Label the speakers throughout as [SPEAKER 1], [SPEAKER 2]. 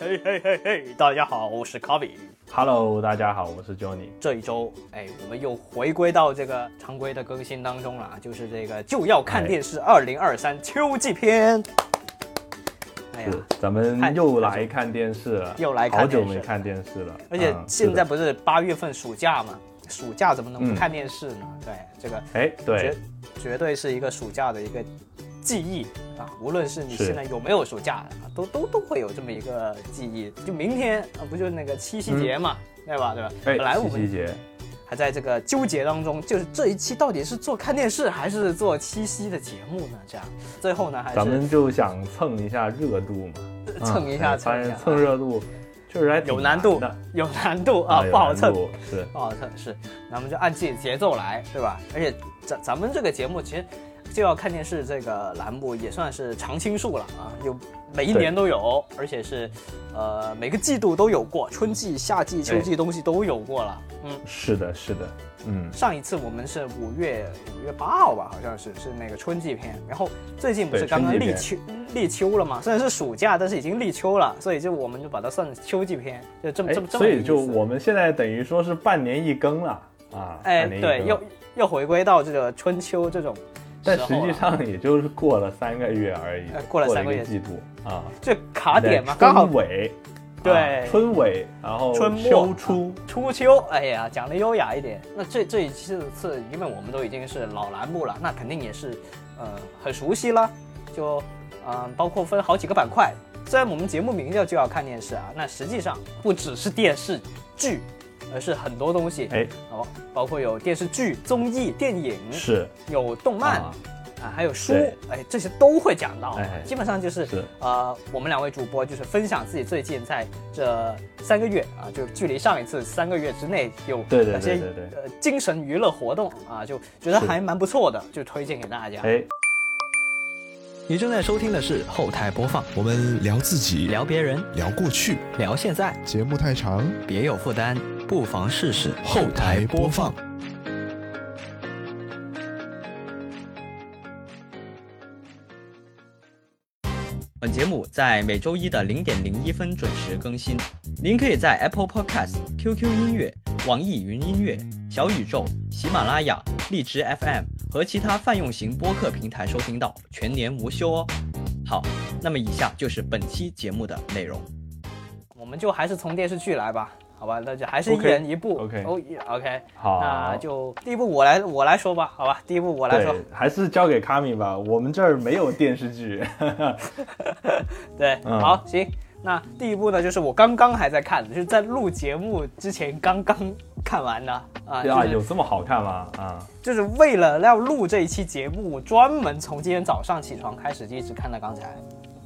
[SPEAKER 1] 嘿嘿嘿嘿，大家好，我是
[SPEAKER 2] Kobe。Hello， 大家好，我是 Johnny。
[SPEAKER 1] 这一周，我们又回归到这个常规的更新当中了，就是这个就要看电视2023秋季篇。
[SPEAKER 2] 咱们又来看电视了，
[SPEAKER 1] 又来看电视，
[SPEAKER 2] 好久没看电视了。
[SPEAKER 1] 而且现在不是8月份暑假吗？暑假怎么能不看电视呢？对，这个，
[SPEAKER 2] 对，
[SPEAKER 1] 绝对是一个暑假的一个记忆啊！无论是你现在有没有暑假，都会有这么一个记忆。就明天不就是那个七夕节嘛，对吧？本来我们还在这个纠结当中，就是这一期到底是做看电视还是做七夕的节目呢？这样，最后呢，还是
[SPEAKER 2] 咱们就想蹭一下热度嘛，
[SPEAKER 1] 蹭一下，
[SPEAKER 2] 蹭热度。就是还挺难
[SPEAKER 1] 的，有难度啊，不好蹭，
[SPEAKER 2] 是
[SPEAKER 1] 不好蹭，是，那我们就按自己节奏来，对吧？而且咱们这个节目其实就要看电视这个栏目也算是常青树了啊，就每一年都有，而且是每个季度都有过，春季、夏季、秋季东西都有过了，
[SPEAKER 2] 是的，
[SPEAKER 1] 上一次我们是5月8号吧，好像是那个春季篇，然后最近不是刚刚立秋了嘛？虽然是暑假，但是已经立秋了，所以我们就把它算秋季篇，就这么
[SPEAKER 2] 所以就我们现在等于说是半年一更了啊！
[SPEAKER 1] 对，又回归到这个春秋这种，
[SPEAKER 2] 但实际上也就是过了3个月而已，
[SPEAKER 1] 过了3个月
[SPEAKER 2] 季度啊，
[SPEAKER 1] 就卡点嘛，刚好
[SPEAKER 2] 尾。
[SPEAKER 1] 对，
[SPEAKER 2] 春尾，然后
[SPEAKER 1] 春末
[SPEAKER 2] 初
[SPEAKER 1] 秋，讲得优雅一点。那这一次，因为我们都已经是老栏目了，那肯定也是很熟悉了。就包括分好几个板块。虽然我们节目名叫就要看电视啊，那实际上不只是电视剧，而是很多东西。包括有电视剧、综艺、电影，
[SPEAKER 2] 是
[SPEAKER 1] 有动漫。还有书，这些都会讲到，基本上就是我们2位主播就是分享自己最近在这3个月啊，就距离上一次3个月之内有哪些精神娱乐活动啊，就觉得还蛮不错的，就推荐给大家。你正在收听的是后台播放，
[SPEAKER 3] 我们聊自己，
[SPEAKER 1] 聊别人，
[SPEAKER 3] 聊过去，
[SPEAKER 1] 聊现在。
[SPEAKER 3] 节目太长，
[SPEAKER 1] 别有负担，不妨试试
[SPEAKER 3] 后台播放。
[SPEAKER 1] 本节目在每周一的0点01分准时更新，您可以在 Apple Podcast、QQ 音乐、网易云音乐、小宇宙、喜马拉雅、荔枝 FM 和其他泛用型播客平台收听到，全年无休哦。好，那么以下就是本期节目的内容，我们就还是从电视剧来吧。好吧，那就还是一人一部。OK，
[SPEAKER 2] 好，
[SPEAKER 1] 那就第一部我来说吧。好吧，第一部我来说，
[SPEAKER 2] 还是交给卡米吧。我们这儿没有电视剧。
[SPEAKER 1] 对，好，行。那第一部呢，就是我刚刚还在看的，就是在录节目之前刚刚看完的啊。
[SPEAKER 2] 有这么好看吗？
[SPEAKER 1] 就是为了要录这一期节目，我专门从今天早上起床开始一直看到刚才。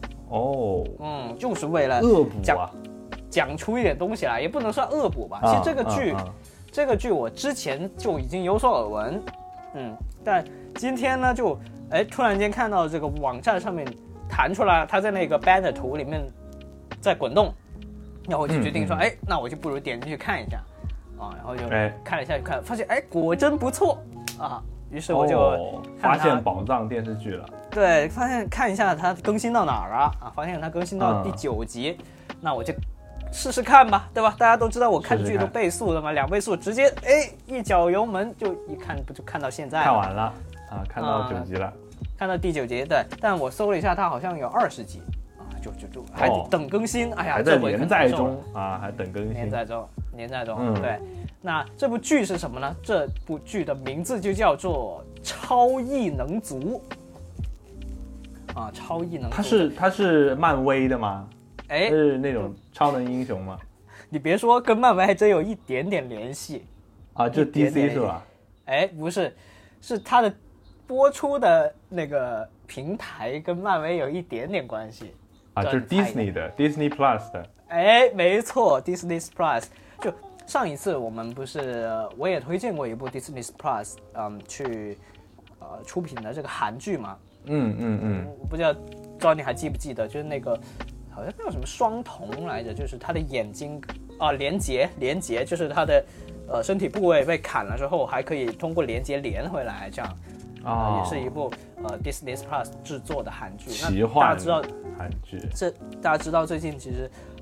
[SPEAKER 1] 就是为了
[SPEAKER 2] 恶补啊。
[SPEAKER 1] 讲出一点东西来，也不能算恶补吧。其实这个剧我之前就已经有所耳闻，但今天呢就突然间看到这个网站上面弹出来，它在那个 banner 图里面在滚动，然后我就决定说，那我就不如点进去看一下啊，然后就看了一下，发现果真不错啊，于是我就
[SPEAKER 2] 发现宝藏电视剧了。
[SPEAKER 1] 对，发现看一下它更新到哪儿了发现它更新到第9集，那我就试试看吧，对吧？大家都知道我看剧都倍速的嘛，2倍速直接一脚油门就一看不就看到现在了，
[SPEAKER 2] 看完了啊，看到9集了，
[SPEAKER 1] 看到第9集，对。但我搜了一下，它好像有20集啊，就还等更新。
[SPEAKER 2] 还在连载中啊，还等更新。
[SPEAKER 1] 连载中，对。那这部剧是什么呢？这部剧的名字就叫做《超异能族》啊，超异能族。
[SPEAKER 2] 它是漫威的吗？是那种超能英雄吗？
[SPEAKER 1] 你别说，跟漫威还真有一点点联系
[SPEAKER 2] 啊，就 DC 是吧？
[SPEAKER 1] 不是，是它的播出的那个平台跟漫威有一点点关系
[SPEAKER 2] 啊，就是 Disney 的 Disney Plus 的。
[SPEAKER 1] 没错 ，Disney Plus。就上一次我们不是我也推荐过一部 Disney Plus， 去出品的这个韩剧嘛。我不知道你还记不记得，就是那个。好像叫什么双瞳来着，就是他的眼睛连结，就是他的身体部位被砍了之后，还可以通过连结连回来，这样也是一部Disney Plus 制作的韩剧。
[SPEAKER 2] 奇幻韩剧。
[SPEAKER 1] 大家知道最近其实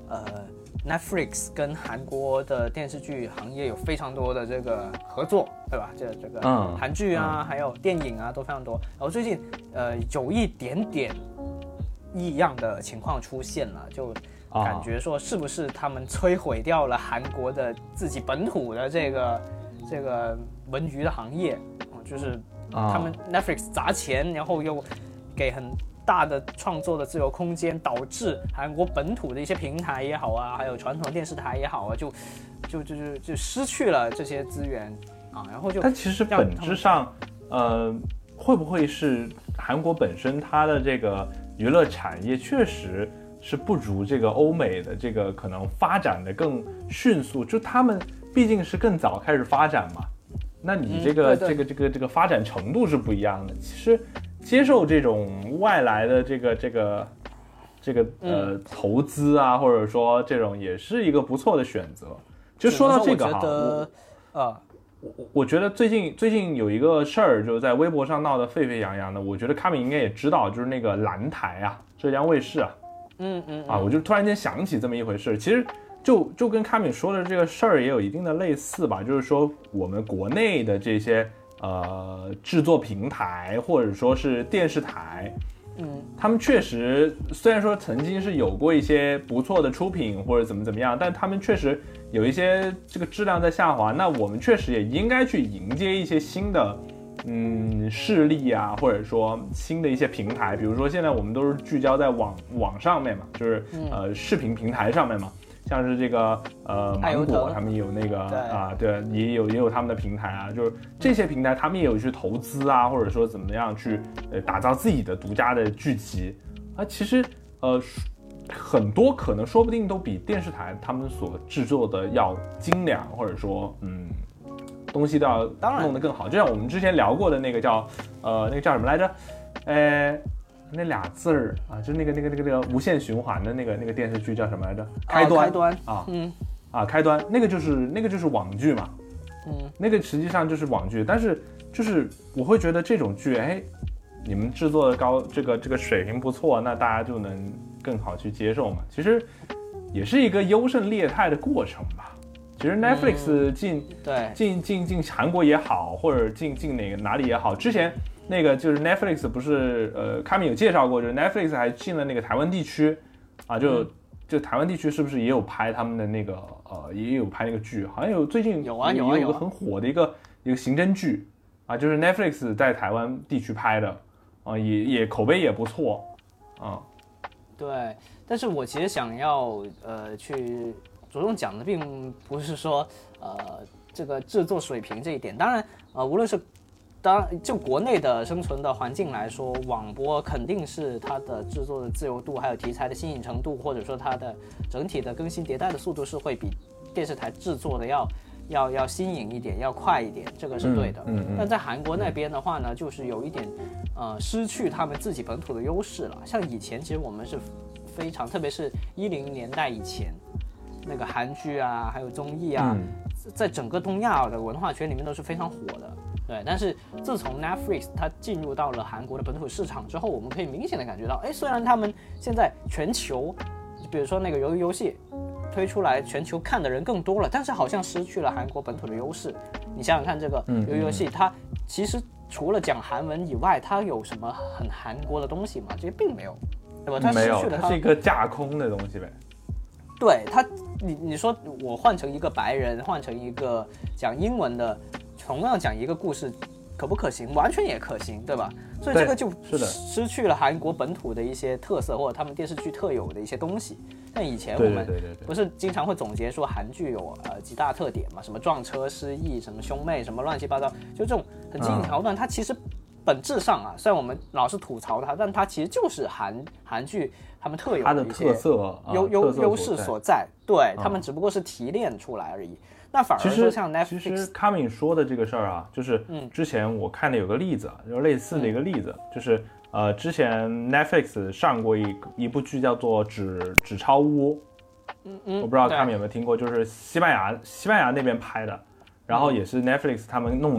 [SPEAKER 1] Netflix 跟韩国的电视剧行业有非常多的这个合作，对吧？这个韩剧啊，还有电影啊都非常多。然后最近有一点点异样的情况出现了，就感觉说是不是他们摧毁掉了韩国的自己本土的这个文娱的行业，就是他们 Netflix 砸钱，然后又给很大的创作的自由空间，导致韩国本土的一些平台也好啊，还有传统电视台也好啊，就失去了这些资源啊，然后就。
[SPEAKER 2] 但其实本质上，会不会是韩国本身它的这个娱乐产业确实是不如这个欧美的这个可能发展的更迅速？就他们毕竟是更早开始发展嘛，那你这个发展程度是不一样的。其实。接受这种外来的这个投资啊，或者说这种也是一个不错的选择。就说到这个哈，我觉得最近有一个事儿，就是在微博上闹得沸沸扬扬的。我觉得卡米应该也知道，就是那个蓝台啊，浙江卫视啊，我就突然间想起这么一回事。其实就跟卡米说的这个事儿也有一定的类似吧，就是说我们国内的这些。制作平台或者说是电视台，他们确实虽然说曾经是有过一些不错的出品或者怎么样，但他们确实有一些这个质量在下滑。那我们确实也应该去迎接一些新的势力啊，或者说新的一些平台。比如说现在我们都是聚焦在网上面嘛，就是视频平台上面嘛。像是这个芒果他们也有那个对，也有他们的平台啊，就是这些平台他们也有去投资啊，或者说怎么样去打造自己的独家的剧集啊。其实很多可能说不定都比电视台他们所制作的要精良，或者说东西都要弄得更好。就像我们之前聊过的那个叫什么来着？那俩字儿啊，就那个无限循环的那个电视剧叫什么来着？开端啊，开端那个就是网剧嘛，那个实际上就是网剧，但是就是我会觉得这种剧，你们制作的高，这个水平不错，那大家就能更好去接受嘛。其实也是一个优胜劣汰的过程吧。其实 Netflix 进韩国也好，或者进哪里也好，之前。那个就是 Netflix 不是卡米有介绍过，就是 Netflix 还进了那个台湾地区啊，就台湾地区是不是也有拍他们的那个也有拍那个剧，好像最近有一个很火的一个刑侦剧啊，就是 Netflix 在台湾地区拍的啊，也口碑也不错啊。
[SPEAKER 1] 对，但是我其实想要去着重讲的并不是说这个制作水平这一点，当然无论是就国内的生存的环境来说，网播肯定是它的制作的自由度，还有题材的新颖程度，或者说它的整体的更新迭代的速度是会比电视台制作的要新颖一点，要快一点，这个是对的。但在韩国那边的话呢，就是有一点失去他们自己本土的优势了。像以前其实我们是非常，特别是10年代以前，那个韩剧啊，还有综艺啊，在整个东亚的文化圈里面都是非常火的。对，但是自从 Netflix 它进入到了韩国的本土市场之后，我们可以明显的感觉到，虽然他们现在全球，比如说那个鱿鱼游戏推出来，全球看的人更多了，但是好像失去了韩国本土的优势。你想想看，这个鱿鱼游戏它其实除了讲韩文以外，它有什么很韩国的东西吗？这些并没有，对吧？它失去了，
[SPEAKER 2] 它是一个架空的东西呗。
[SPEAKER 1] 对它，你说我换成一个白人，换成一个讲英文的。同样讲一个故事，可不可行？完全也可行，对吧？所以这个就失去了韩国本土的一些特色，或者他们电视剧特有的一些东西。像以前我们不是经常会总结说韩剧有几大特点嘛，什么撞车、失忆，什么兄妹，什么乱七八糟，就这种很经典桥段，它其实本质上虽然我们老是吐槽它，但它其实就是韩剧他们特有的一些
[SPEAKER 2] 特色
[SPEAKER 1] 优势所在。对，他们只不过是提炼出来而已。那反而说像 Netflix，
[SPEAKER 2] 其实卡敏说的这个事儿啊，就是之前我看的有个例子，就是类似的一个例子，就是之前 Netflix 上过一部剧叫做《纸钞屋》，我不知道卡敏有没有听过，就是西班牙那边拍的，然后也是 Netflix 他们弄的，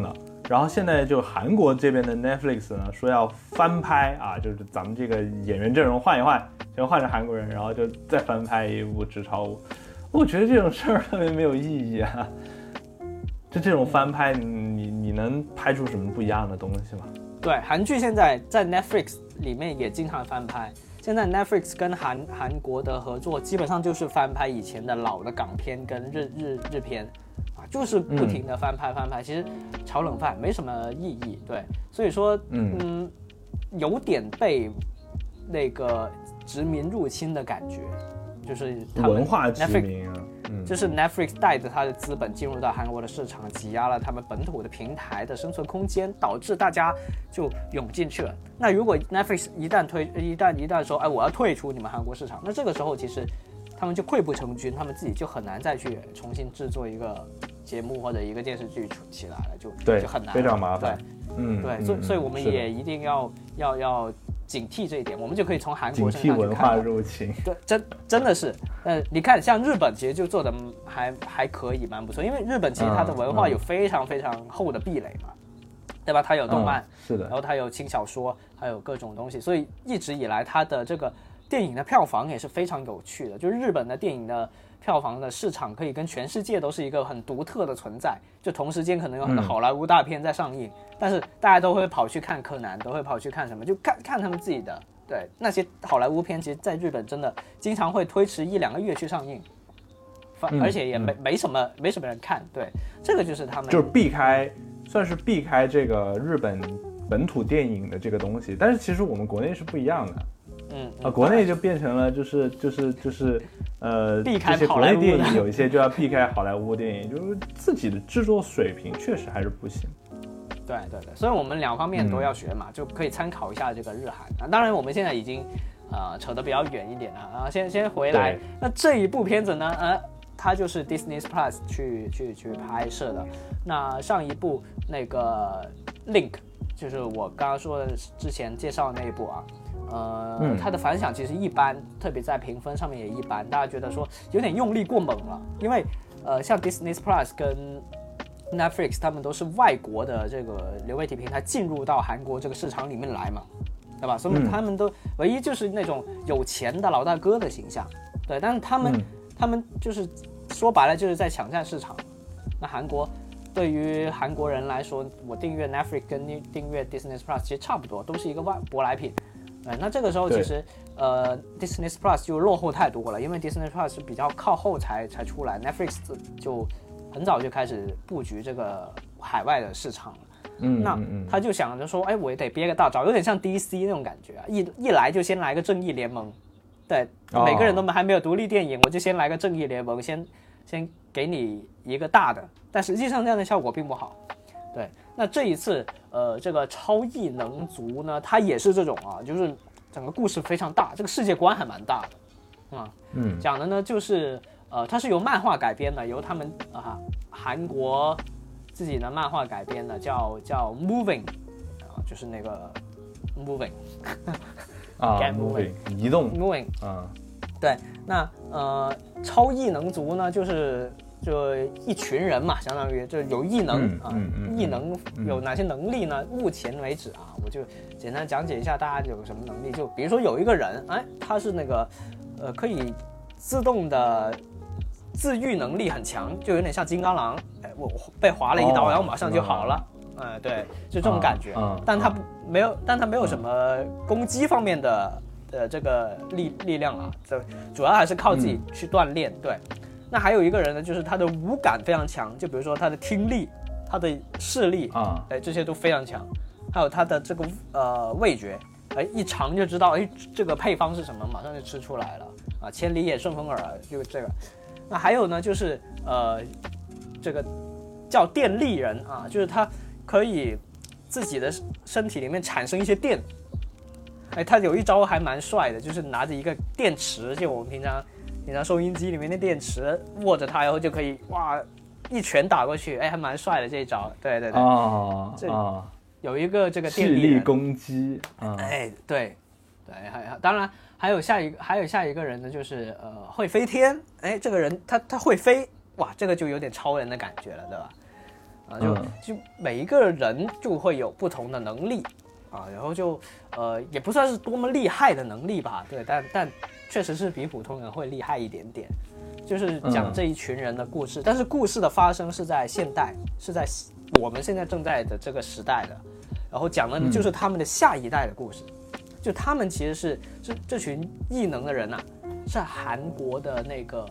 [SPEAKER 2] 然后现在就韩国这边的 Netflix 呢说要翻拍啊，就是咱们这个演员阵容换一换，就换成韩国人，然后就再翻拍一部《纸钞屋》。我觉得这种事儿特别没有意义啊！就这种翻拍，你能拍出什么不一样的东西吗？
[SPEAKER 1] 对，韩剧现在在 Netflix 里面也经常翻拍。现在 Netflix 跟韩国的合作基本上就是翻拍以前的老的港片跟日片。就是不停的翻拍，其实炒冷饭没什么意义，对，所以说，有点被那个殖民入侵的感觉，就是他们
[SPEAKER 2] 文化殖民啊，
[SPEAKER 1] 就是 Netflix 带着它的资本进入到韩国的市场，挤压了他们本土的平台的生存空间，导致大家就涌进去了。那如果 Netflix 一旦说，哎，我要退出你们韩国市场，那这个时候其实他们就溃不成军，他们自己就很难再去重新制作一个节目或者一个电视剧起来了，就很难，
[SPEAKER 2] 非常麻烦。
[SPEAKER 1] 对，所以我们也一定要警惕这一点，我们就可以从韩国身上去看
[SPEAKER 2] 警惕文化入侵。
[SPEAKER 1] 对，真的是，你看像日本其实就做的还可以，蛮不错，因为日本其实它的文化有非常非常厚的壁垒嘛，对吧？它有动漫，
[SPEAKER 2] 是的，
[SPEAKER 1] 然后它有轻小说，还有各种东西，所以一直以来它的这个电影的票房也是非常有趣的，就是日本的电影的票房的市场可以跟全世界都是一个很独特的存在，就同时间可能有很多好莱坞大片在上映，但是大家都会跑去看柯南，都会跑去看什么，就看他们自己的。对，那些好莱坞片其实在日本真的经常会推迟1-2个月去上映，而且也没什么人看。对，这个就是他们
[SPEAKER 2] 就是算是避开这个日本本土电影的这个东西，但是其实我们国内是不一样的。国内就变成了就是
[SPEAKER 1] 避开
[SPEAKER 2] 这些国内电影有一些就要避开好莱坞电影，就是自己的制作水平确实还是不行。
[SPEAKER 1] 对，所以我们两方面都要学嘛，就可以参考一下这个日韩。当然我们现在已经扯得比较远一点了啊，先回来。那这一部片子呢，它就是 Disney Plus 去拍摄的。那上一部那个 Link， 就是我刚刚说的之前介绍的那一部啊。它的反响其实一般，特别在评分上面也一般，大家觉得说有点用力过猛了，因为像 Disney Plus 跟 Netflix 他们都是外国的这个流媒体平台进入到韩国这个市场里面来嘛，对吧？所以他们都唯一就是那种有钱的老大哥的形象，对，但是他们就是说白了就是在抢占市场。那韩国对于韩国人来说，我订阅 Netflix 跟订阅 Disney Plus 其实差不多，都是一个舶来品。那这个时候其实Disney Plus 就落后太多了，因为 Disney Plus 是比较靠后才出来 ，Netflix 就很早就开始布局这个海外的市场了。那他就想着说，哎，我也得憋个大招，有点像 DC 那种感觉啊，一来就先来个正义联盟，对，每个人都还没有独立电影，我就先来个正义联盟，先给你一个大的，但实际上这样的效果并不好。对，那这一次这个超异能族呢，它也是这种啊，就是整个故事非常大，这个世界观还蛮大的讲的呢就是它是由漫画改编的，由他们韩国自己的漫画改编的，叫 Moving 就是那个 Moving
[SPEAKER 2] Moving 移动
[SPEAKER 1] Moving 对，那超异能族呢就一群人嘛，相当于就有异能异能有哪些能力呢？目前为止我就简单讲解一下大家有什么能力。就比如说有一个人，他是那个可以自动的自愈能力很强，就有点像金刚狼，我被划了一刀，然后马上就好了，对，就这种感觉。但他没有什么攻击方面的这个力量啊，主要还是靠自己去锻炼，对。那还有一个人呢，就是他的五感非常强，就比如说他的听力、他的视力这些都非常强，还有他的这个味觉，一尝就知道，这个配方是什么，马上就吃出来了千里眼顺风耳，就这个。那还有呢，就是这个叫电力人就是他可以自己的身体里面产生一些电，他有一招还蛮帅的，就是拿着一个电池，就我们平常收音机里面的电池，握着它然后就可以一拳打过去，还蛮帅的这一招。对有一个这个电力
[SPEAKER 2] 智力攻击
[SPEAKER 1] 对，当然还有下一个人呢，就是会飞天，这个人他会飞，哇，这个就有点超人的感觉了，对吧？ 就每一个人就会有不同的能力啊，然后就也不算是多么厉害的能力吧，对，但确实是比普通人会厉害一点点，就是讲这一群人的故事，但是故事的发生是在现代，是在我们现在正在的这个时代的，然后讲的就是他们的下一代的故事，就他们其实是这群异能的人啊，是韩国的那个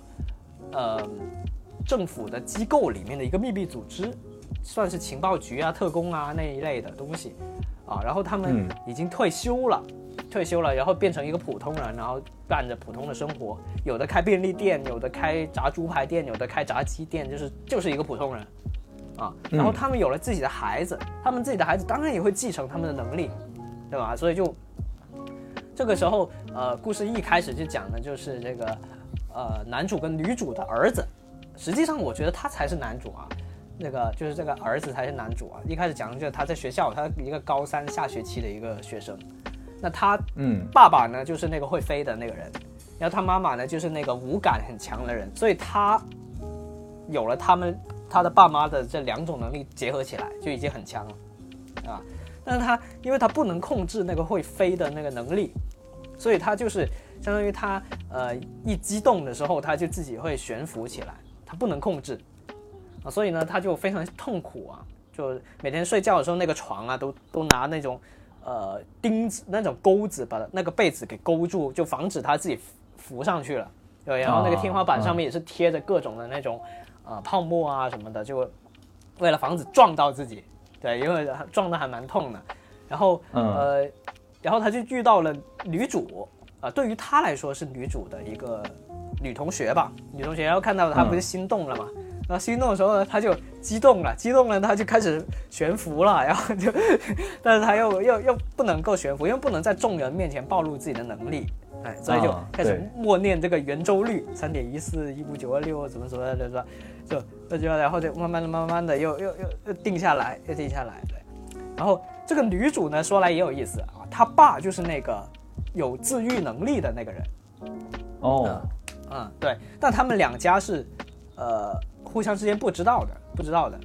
[SPEAKER 1] 政府的机构里面的一个秘密组织，算是情报局啊、特工啊那一类的东西啊，然后他们已经退休了，然后变成一个普通人，然后干着普通的生活，有的开便利店，有的开炸猪排店，有的开炸鸡店，就是一个普通人啊。然后他们有了自己的孩子，他们自己的孩子当然也会继承他们的能力，对吧？所以就这个时候，故事一开始就讲的就是这个男主跟女主的儿子，实际上我觉得他才是男主啊。那个就是这个儿子才是男主啊！一开始讲的就是他在学校，他一个高3下学期的一个学生。那他爸爸呢，就是那个会飞的那个人，然后他妈妈呢，就是那个五感很强的人，所以他有了他的爸妈的这2种能力结合起来，就已经很强了啊。但是他因为他不能控制那个会飞的那个能力，所以他就是相当于他一激动的时候，他就自己会悬浮起来，他不能控制。所以呢，他就非常痛苦啊，就每天睡觉的时候，那个床啊，都拿那种钉子那种钩子把那个被子给勾住，就防止他自己浮上去了。对，然后那个天花板上面也是贴着各种的那种泡沫啊什么的，就为了防止撞到自己。对，因为撞得还蛮痛的。然后他就遇到了女主对于他来说是女主的一个女同学吧，然后看到她不是心动了嘛。然后心动的时候呢，他就激动了，他就开始悬浮了，然后就，但是他又不能够悬浮，因为不能在众人面前暴露自己的能力，哎，所以就开始默念这个圆周率3.141596怎么的，就然后就慢慢的又定下来，对。然后这个女主呢，说来也有意思啊，她爸就是那个有自愈能力的那个人，对，但他们2家是互相之间不知道的。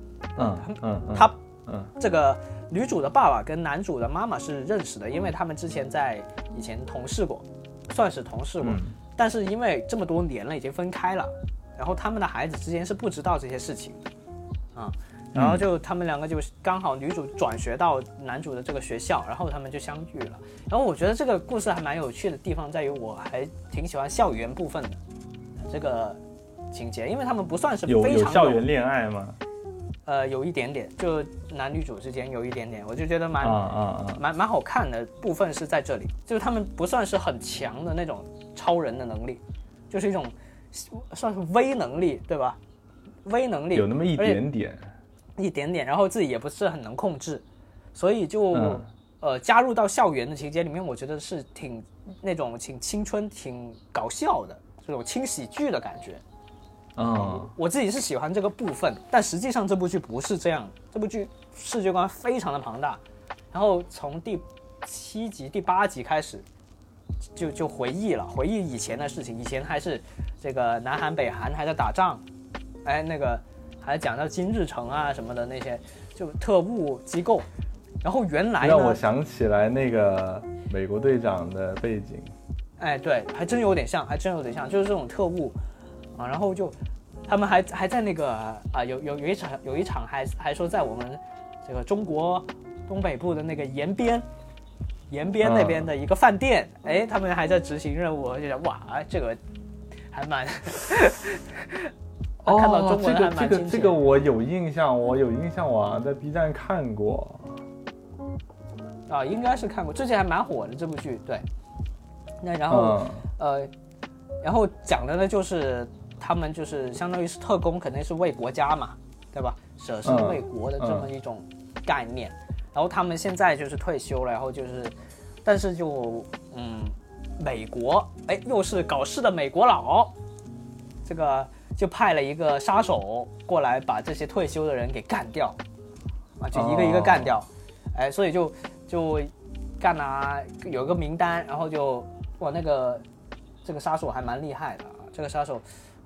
[SPEAKER 1] 这个女主的爸爸跟男主的妈妈是认识的，因为他们之前在以前同事过，算是同事过。但是因为这么多年了，已经分开了，然后他们的孩子之间是不知道这些事情啊。然后就他们2个就刚好女主转学到男主的这个学校，然后他们就相遇了。然后我觉得这个故事还蛮有趣的地方在于，我还挺喜欢校园部分的这个情节，因为他们不算是非常
[SPEAKER 2] 有校园恋爱吗？
[SPEAKER 1] 有一点点，就男女主之间有一点点，我就觉得蛮好看的部分是在这里，就是他们不算是很强的那种超人的能力，就是一种算是微能力，对吧？微能力
[SPEAKER 2] 有那么一点
[SPEAKER 1] 点，然后自己也不是很能控制，所以就加入到校园的情节里面，我觉得是挺那种挺青春、挺搞笑的这种轻喜剧的感觉。我自己是喜欢这个部分，但实际上这部剧不是这样，这部剧世界观非常的庞大，然后从第7集、第8集开始就回忆以前的事情，以前还是这个南韩、北韩还在打仗，哎，那个还讲到金日成啊什么的那些，就特务机构，然后原来呢
[SPEAKER 2] 让我想起来那个美国队长的背景，
[SPEAKER 1] 哎，对，还真有点像，就是这种特务。然后就他们还在那个有一场还说在我们这个中国东北部的那个延边那边的一个饭店，哎，他们还在执行任务，我就想哇，这个还蛮看到中文还蛮亲切。
[SPEAKER 2] 这个我有印象，我好像在 B 站看过
[SPEAKER 1] 应该是看过，最近还蛮火的这部剧，对。那然后然后讲的呢就是他们就是相当于是特工，肯定是为国家嘛，对吧？舍身为国的这么一种概念。然后他们现在就是退休了，然后就是，但是就美国，哎，又是搞事的美国佬，这个就派了一个杀手过来把这些退休的人给干掉，就一个一个干掉，哎，所以就干有个名单，然后就这个杀手还蛮厉害的，这个杀手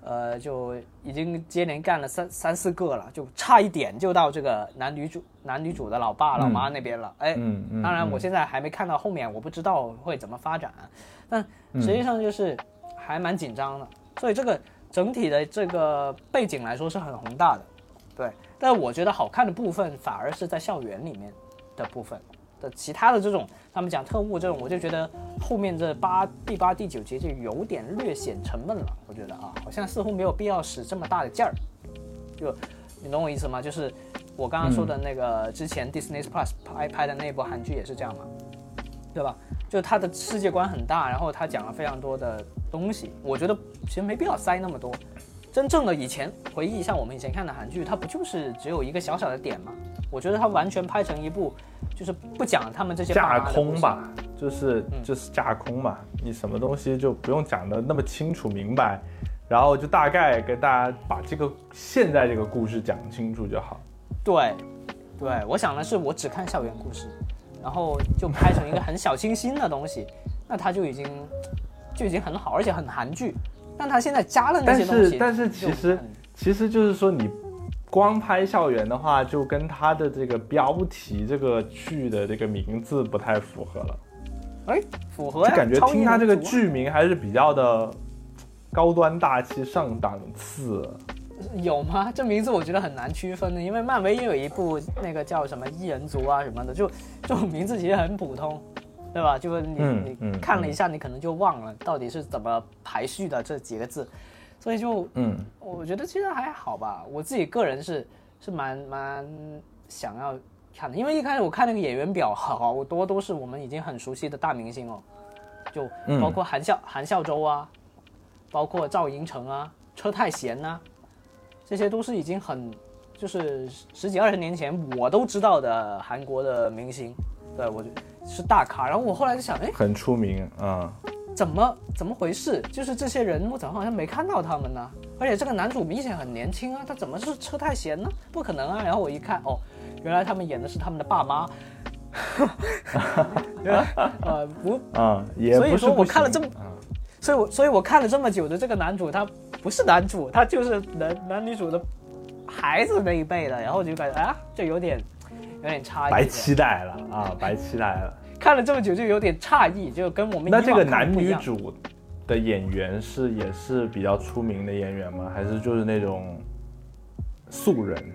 [SPEAKER 1] 就已经接连干了三四个了，就差一点就到这个男女主的老爸老妈那边了。当然我现在还没看到后面，我不知道会怎么发展，但实际上就是还蛮紧张的，所以这个整体的这个背景来说是很宏大的，对。但我觉得好看的部分反而是在校园里面的部分的，其他的这种他们讲特务这种，我就觉得后面这第8、第9集就有点略显沉闷了。我觉得好像似乎没有必要使这么大的劲儿。就你懂我意思吗？就是我刚刚说的那个之前 Disney Plus 拍的那部韩剧也是这样嘛，对吧？就它的世界观很大，然后它讲了非常多的东西，我觉得其实没必要塞那么多。真正的以前回忆一下我们以前看的韩剧，它不就是只有一个小小的点吗？我觉得它完全拍成一部就是不讲他们这些
[SPEAKER 2] 架空吧，就是架空吧，你什么东西就不用讲的那么清楚明白，然后就大概给大家把这个现在这个故事讲清楚就好。
[SPEAKER 1] 对，我想的是我只看校园故事，然后就拍成一个很小清新的东西，那它就已经很好，而且很韩剧。但他现在加了那些东西，
[SPEAKER 2] 但是其实就是说，你光拍校园的话，就跟他的这个标题、这个剧的这个名字不太符合了。
[SPEAKER 1] 符合呀，
[SPEAKER 2] 就感觉听他这个剧名还是比较的高端大气、上档次。
[SPEAKER 1] 有吗？这名字我觉得很难区分的，因为漫威也有一部那个叫什么异人族啊什么的，就这种名字其实很普通。对吧？就是你看了一下，你可能就忘了到底是怎么排序的这几个字，所以就我觉得其实还好吧。我自己个人是蛮想要看的，因为一开始我看那个演员表，好多都是我们已经很熟悉的大明星哦，就包括韩孝周啊，包括赵寅成啊、车太贤啊，这些都是已经就是10几20年前我都知道的韩国的明星。对，我是大咖，然后我后来就想，
[SPEAKER 2] 很出名啊，
[SPEAKER 1] 怎么回事？就是这些人我怎么好像没看到他们呢？而且这个男主明显很年轻啊，他怎么是车太贤呢？不可能啊！然后我一看，原来他们演的是他们的爸妈。
[SPEAKER 2] 也不是不行。
[SPEAKER 1] 所以说我看了这么，所以我看了这么久的这个男主，他不是男主，他就是男女主的孩子那一辈的，然后就感觉就有点差异，
[SPEAKER 2] 白期待了。
[SPEAKER 1] 看了这么久就有点诧异，就跟我们以往看的不一样。
[SPEAKER 2] 那这个男女主的演员也是比较出名的演员吗？还是就是那种素人？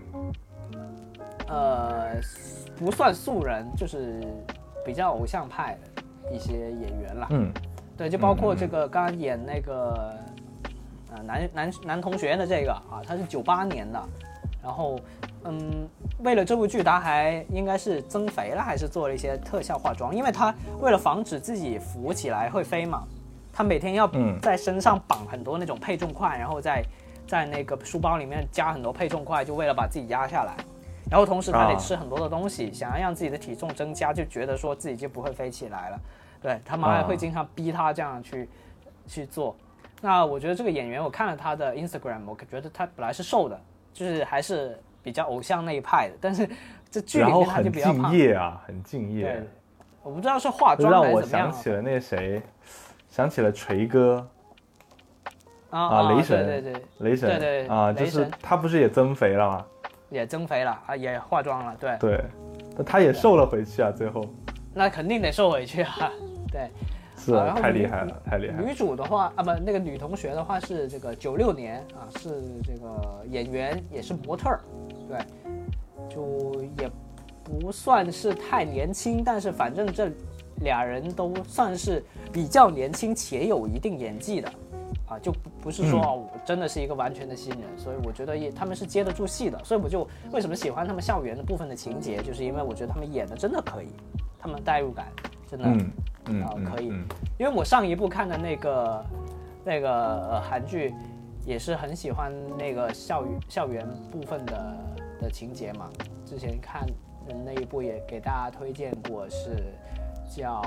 [SPEAKER 1] 不算素人，就是比较偶像派的一些演员啦。对，就包括这个刚刚演那个男同学的这个他是98年的，然后为了这部剧他还应该是增肥了，还是做了一些特效化妆，因为他为了防止自己浮起来会飞嘛，他每天要在身上绑很多那种配重块，然后在那个书包里面加很多配重块，就为了把自己压下来，然后同时他得吃很多的东西，想要让自己的体重增加，就觉得说自己就不会飞起来了。对，他妈会经常逼他这样去做。那我觉得这个演员，我看了他的 Instagram， 我觉得他本来是瘦的，就是还是比较偶像那一派的，但是这剧里面他就比较胖，
[SPEAKER 2] 很敬业啊，很敬业。
[SPEAKER 1] 对，我不知道是化妆还是怎么样。让我
[SPEAKER 2] 想起了那谁，想起了锤哥雷神，
[SPEAKER 1] 对，
[SPEAKER 2] 雷神，对就是他不是也增肥了吗？
[SPEAKER 1] 也增肥了也化妆了，
[SPEAKER 2] 对，但他也瘦了回去啊，最后。
[SPEAKER 1] 那肯定得瘦回去啊，对。
[SPEAKER 2] 是太厉害了，太厉害了。
[SPEAKER 1] 女主的话那个女同学的话是这个96年是这个演员，也是模特儿，对，就也不算是太年轻，但是反正这俩人都算是比较年轻且有一定演技的就不是说我真的是一个完全的新人，所以我觉得他们是接得住戏的，所以我就为什么喜欢他们校园的部分的情节，就是因为我觉得他们演的真的可以，他们代入感真的可以，因为我上一部看的那个韩剧也是很喜欢那个校园部分的情节嘛，之前看的那一部也给大家推荐过，是叫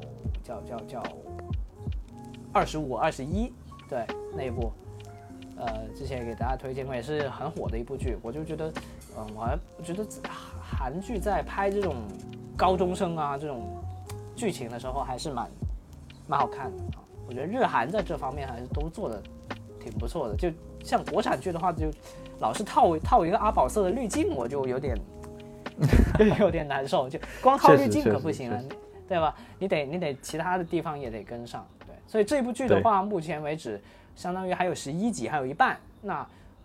[SPEAKER 1] 25、21，对，那一部之前给大家推荐过，也是很火的一部剧，我就觉得我觉得韩剧在拍这种高中生这种剧情的时候还是蛮好看的我觉得日韩在这方面还是都做的挺不错的。就像国产剧的话，就老是套一个阿宝色的滤镜，我就有点难受。就光套滤镜可不行啊，对吧？你得其他的地方也得跟上。对，所以这部剧的话，目前为止相当于还有11集，还有一半。那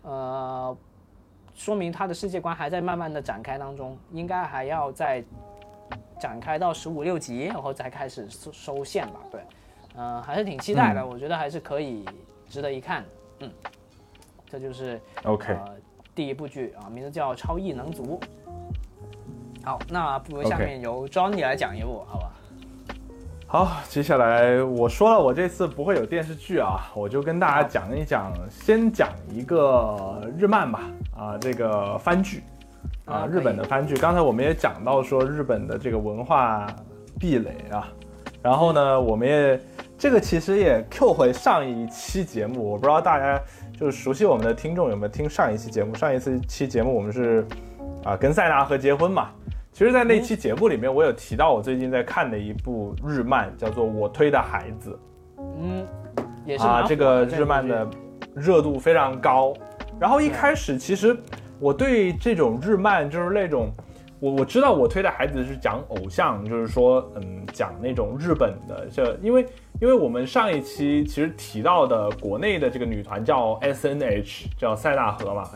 [SPEAKER 1] 说明它的世界观还在慢慢的展开当中，应该还要再展开到15、16集，然后再开始收线吧。对，还是挺期待的，我觉得还是可以值得一看。这就是
[SPEAKER 2] OK
[SPEAKER 1] 第一部剧啊，名字叫《超异能族》。好，那不如下面由 Johnny 来讲一部，好吧？
[SPEAKER 2] 好，接下来我说了，我这次不会有电视剧啊，我就跟大家讲一讲，先讲一个日漫吧，这个番剧，日本的番剧。刚才我们也讲到说日本的这个文化壁垒啊，然后呢，我们也这个其实也 Q 回上一期节目，我不知道大家就是熟悉我们的听众有没有听上一期节目？上一期节目我们是跟塞纳河结婚嘛。其实，在那期节目里面，我有提到我最近在看的一部日漫，叫做《我推的孩子》。
[SPEAKER 1] 也是
[SPEAKER 2] 这个日漫的热度非常高。然后一开始，其实我对这种日漫就是那种，我知道我推的孩子是讲偶像，就是说，讲那种日本的，因为我们上一期其实提到的国内的这个女团叫 SNH， 叫塞纳河嘛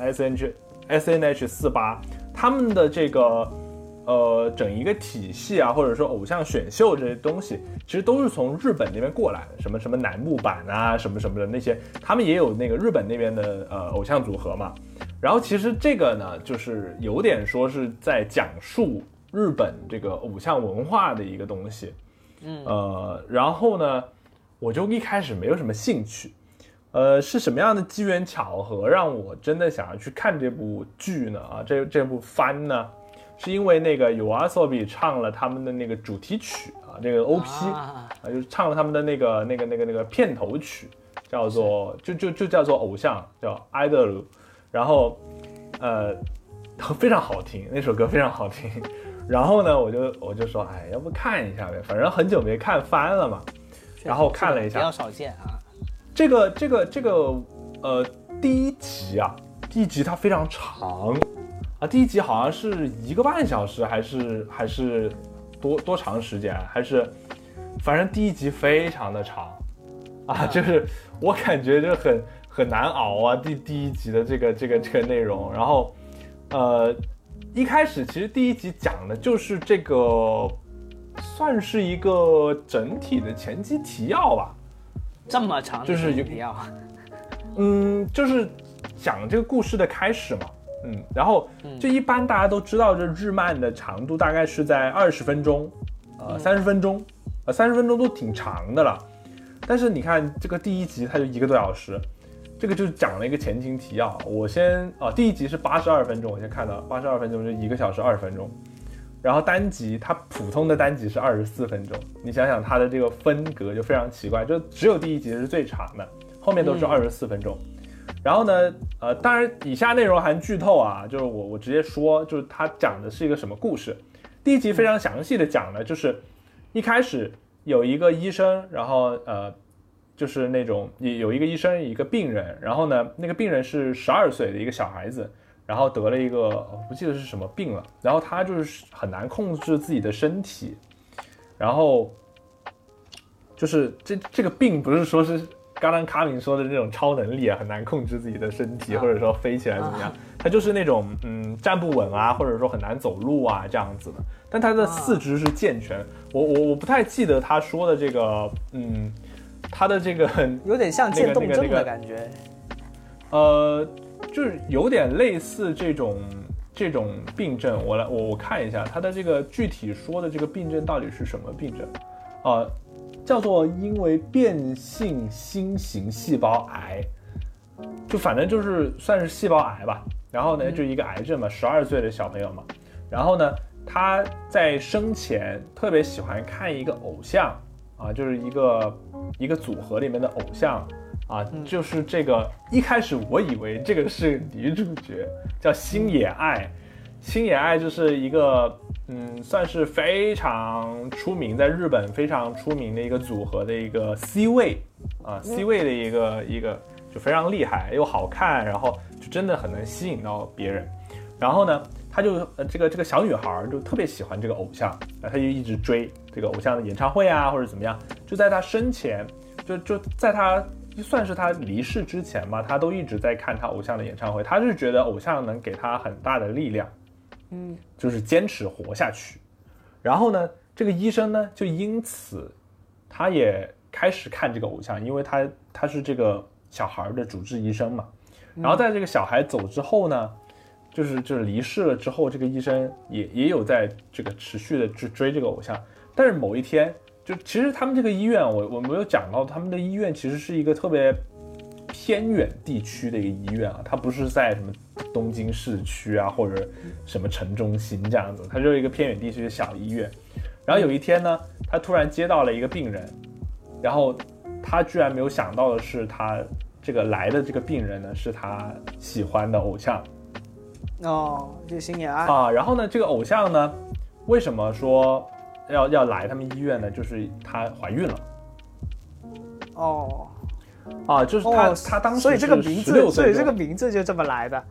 [SPEAKER 2] ，SNH48， 他们的这个。整一个体系啊，或者说偶像选秀这些东西，其实都是从日本那边过来的，什么楠木坂啊，什么什么的那些，他们也有那个日本那边的偶像组合嘛。然后其实这个呢，就是有点说是在讲述日本这个偶像文化的一个东西。然后呢，我就一开始没有什么兴趣。是什么样的机缘巧合让我真的想要去看这部剧呢？这部番呢？是因为那个YOASOBI唱了他们的那个主题曲这个 OP 就是唱了他们的那个片头曲，叫做就叫做偶像，叫 idol， 然后非常好听，那首歌非常好听。然后呢，我就说，要不看一下呗，反正很久没看番了嘛。然后看了一下，
[SPEAKER 1] 比较少见啊。
[SPEAKER 2] 这个第一集它非常长。第一集好像是1个半小时，还是多长时间？还是反正第一集非常的长就是我感觉就很难熬啊。第一集的这个内容，然后一开始其实第一集讲的就是这个算是一个整体的前期提要吧。
[SPEAKER 1] 这么长的前期提要？
[SPEAKER 2] 就是讲这个故事的开始嘛。然后就一般大家都知道，这日漫的长度大概是在20分钟，30分钟，30分钟都挺长的了。但是你看这个第一集它就1个多小时，这个就讲了一个前情提要。我先第一集是82分钟，我先看到82分钟就1个小时20分钟，然后单集它普通的单集是24分钟。你想想它的这个分隔就非常奇怪，就只有第一集是最长的，后面都是24分钟。然后呢，当然以下内容含剧透就是我直接说，就是它讲的是一个什么故事。第一集非常详细的讲了，就是一开始有一个医生，然后就是那种有一个医生一个病人，然后呢那个病人是12岁的一个小孩子，然后得了一个不记得是什么病了，然后他就是很难控制自己的身体，然后就是这个病不是说是刚刚卡敏说的这种超能力很难控制自己的身体，或者说飞起来怎么样，他就是那种站不稳或者说很难走路这样子的，但他的四肢是健全。我不太记得他说的这个他的这个
[SPEAKER 1] 有点像渐冻症的感觉，
[SPEAKER 2] 就是有点类似这种病症。我看一下他的这个具体说的这个病症到底是什么病症叫做因为变性新型细胞癌，就反正就是算是细胞癌吧。然后呢，就一个癌症嘛，12岁的小朋友嘛。然后呢，他在生前特别喜欢看一个偶像就是一个组合里面的偶像就是这个。一开始我以为这个是女主角，叫星野爱。星野爱就是一个算是非常出名，在日本非常出名的一个组合的一个 C 位C 位的就非常厉害又好看，然后就真的很能吸引到别人。然后呢，他就这个小女孩就特别喜欢这个偶像，他就一直追这个偶像的演唱会啊，或者怎么样。就在他生前，就在他算是他离世之前吧，他都一直在看他偶像的演唱会。他是觉得偶像能给他很大的力量，就是坚持活下去。然后呢，这个医生呢，就因此他也开始看这个偶像，因为他是这个小孩的主治医生嘛。然后在这个小孩走之后呢，就是离世了之后，这个医生也有在这个持续的去追这个偶像。但是某一天，就其实他们这个医院，我没有讲到，他们的医院其实是一个特别偏远地区的一个医院啊，它不是在什么东京市区啊，或者什么城中心这样子，它就是一个偏远地区的小医院。然后有一天呢，他突然接到了一个病人，然后他居然没有想到的是，他这个来的这个病人呢，是他喜欢的偶像。
[SPEAKER 1] 就星野爱
[SPEAKER 2] 啊。然后呢，这个偶像呢，为什么说要来他们医院呢？就是她怀孕了。就是她当时
[SPEAKER 1] 所以这个名字
[SPEAKER 2] 16岁，
[SPEAKER 1] 所以这个名字就这么来的。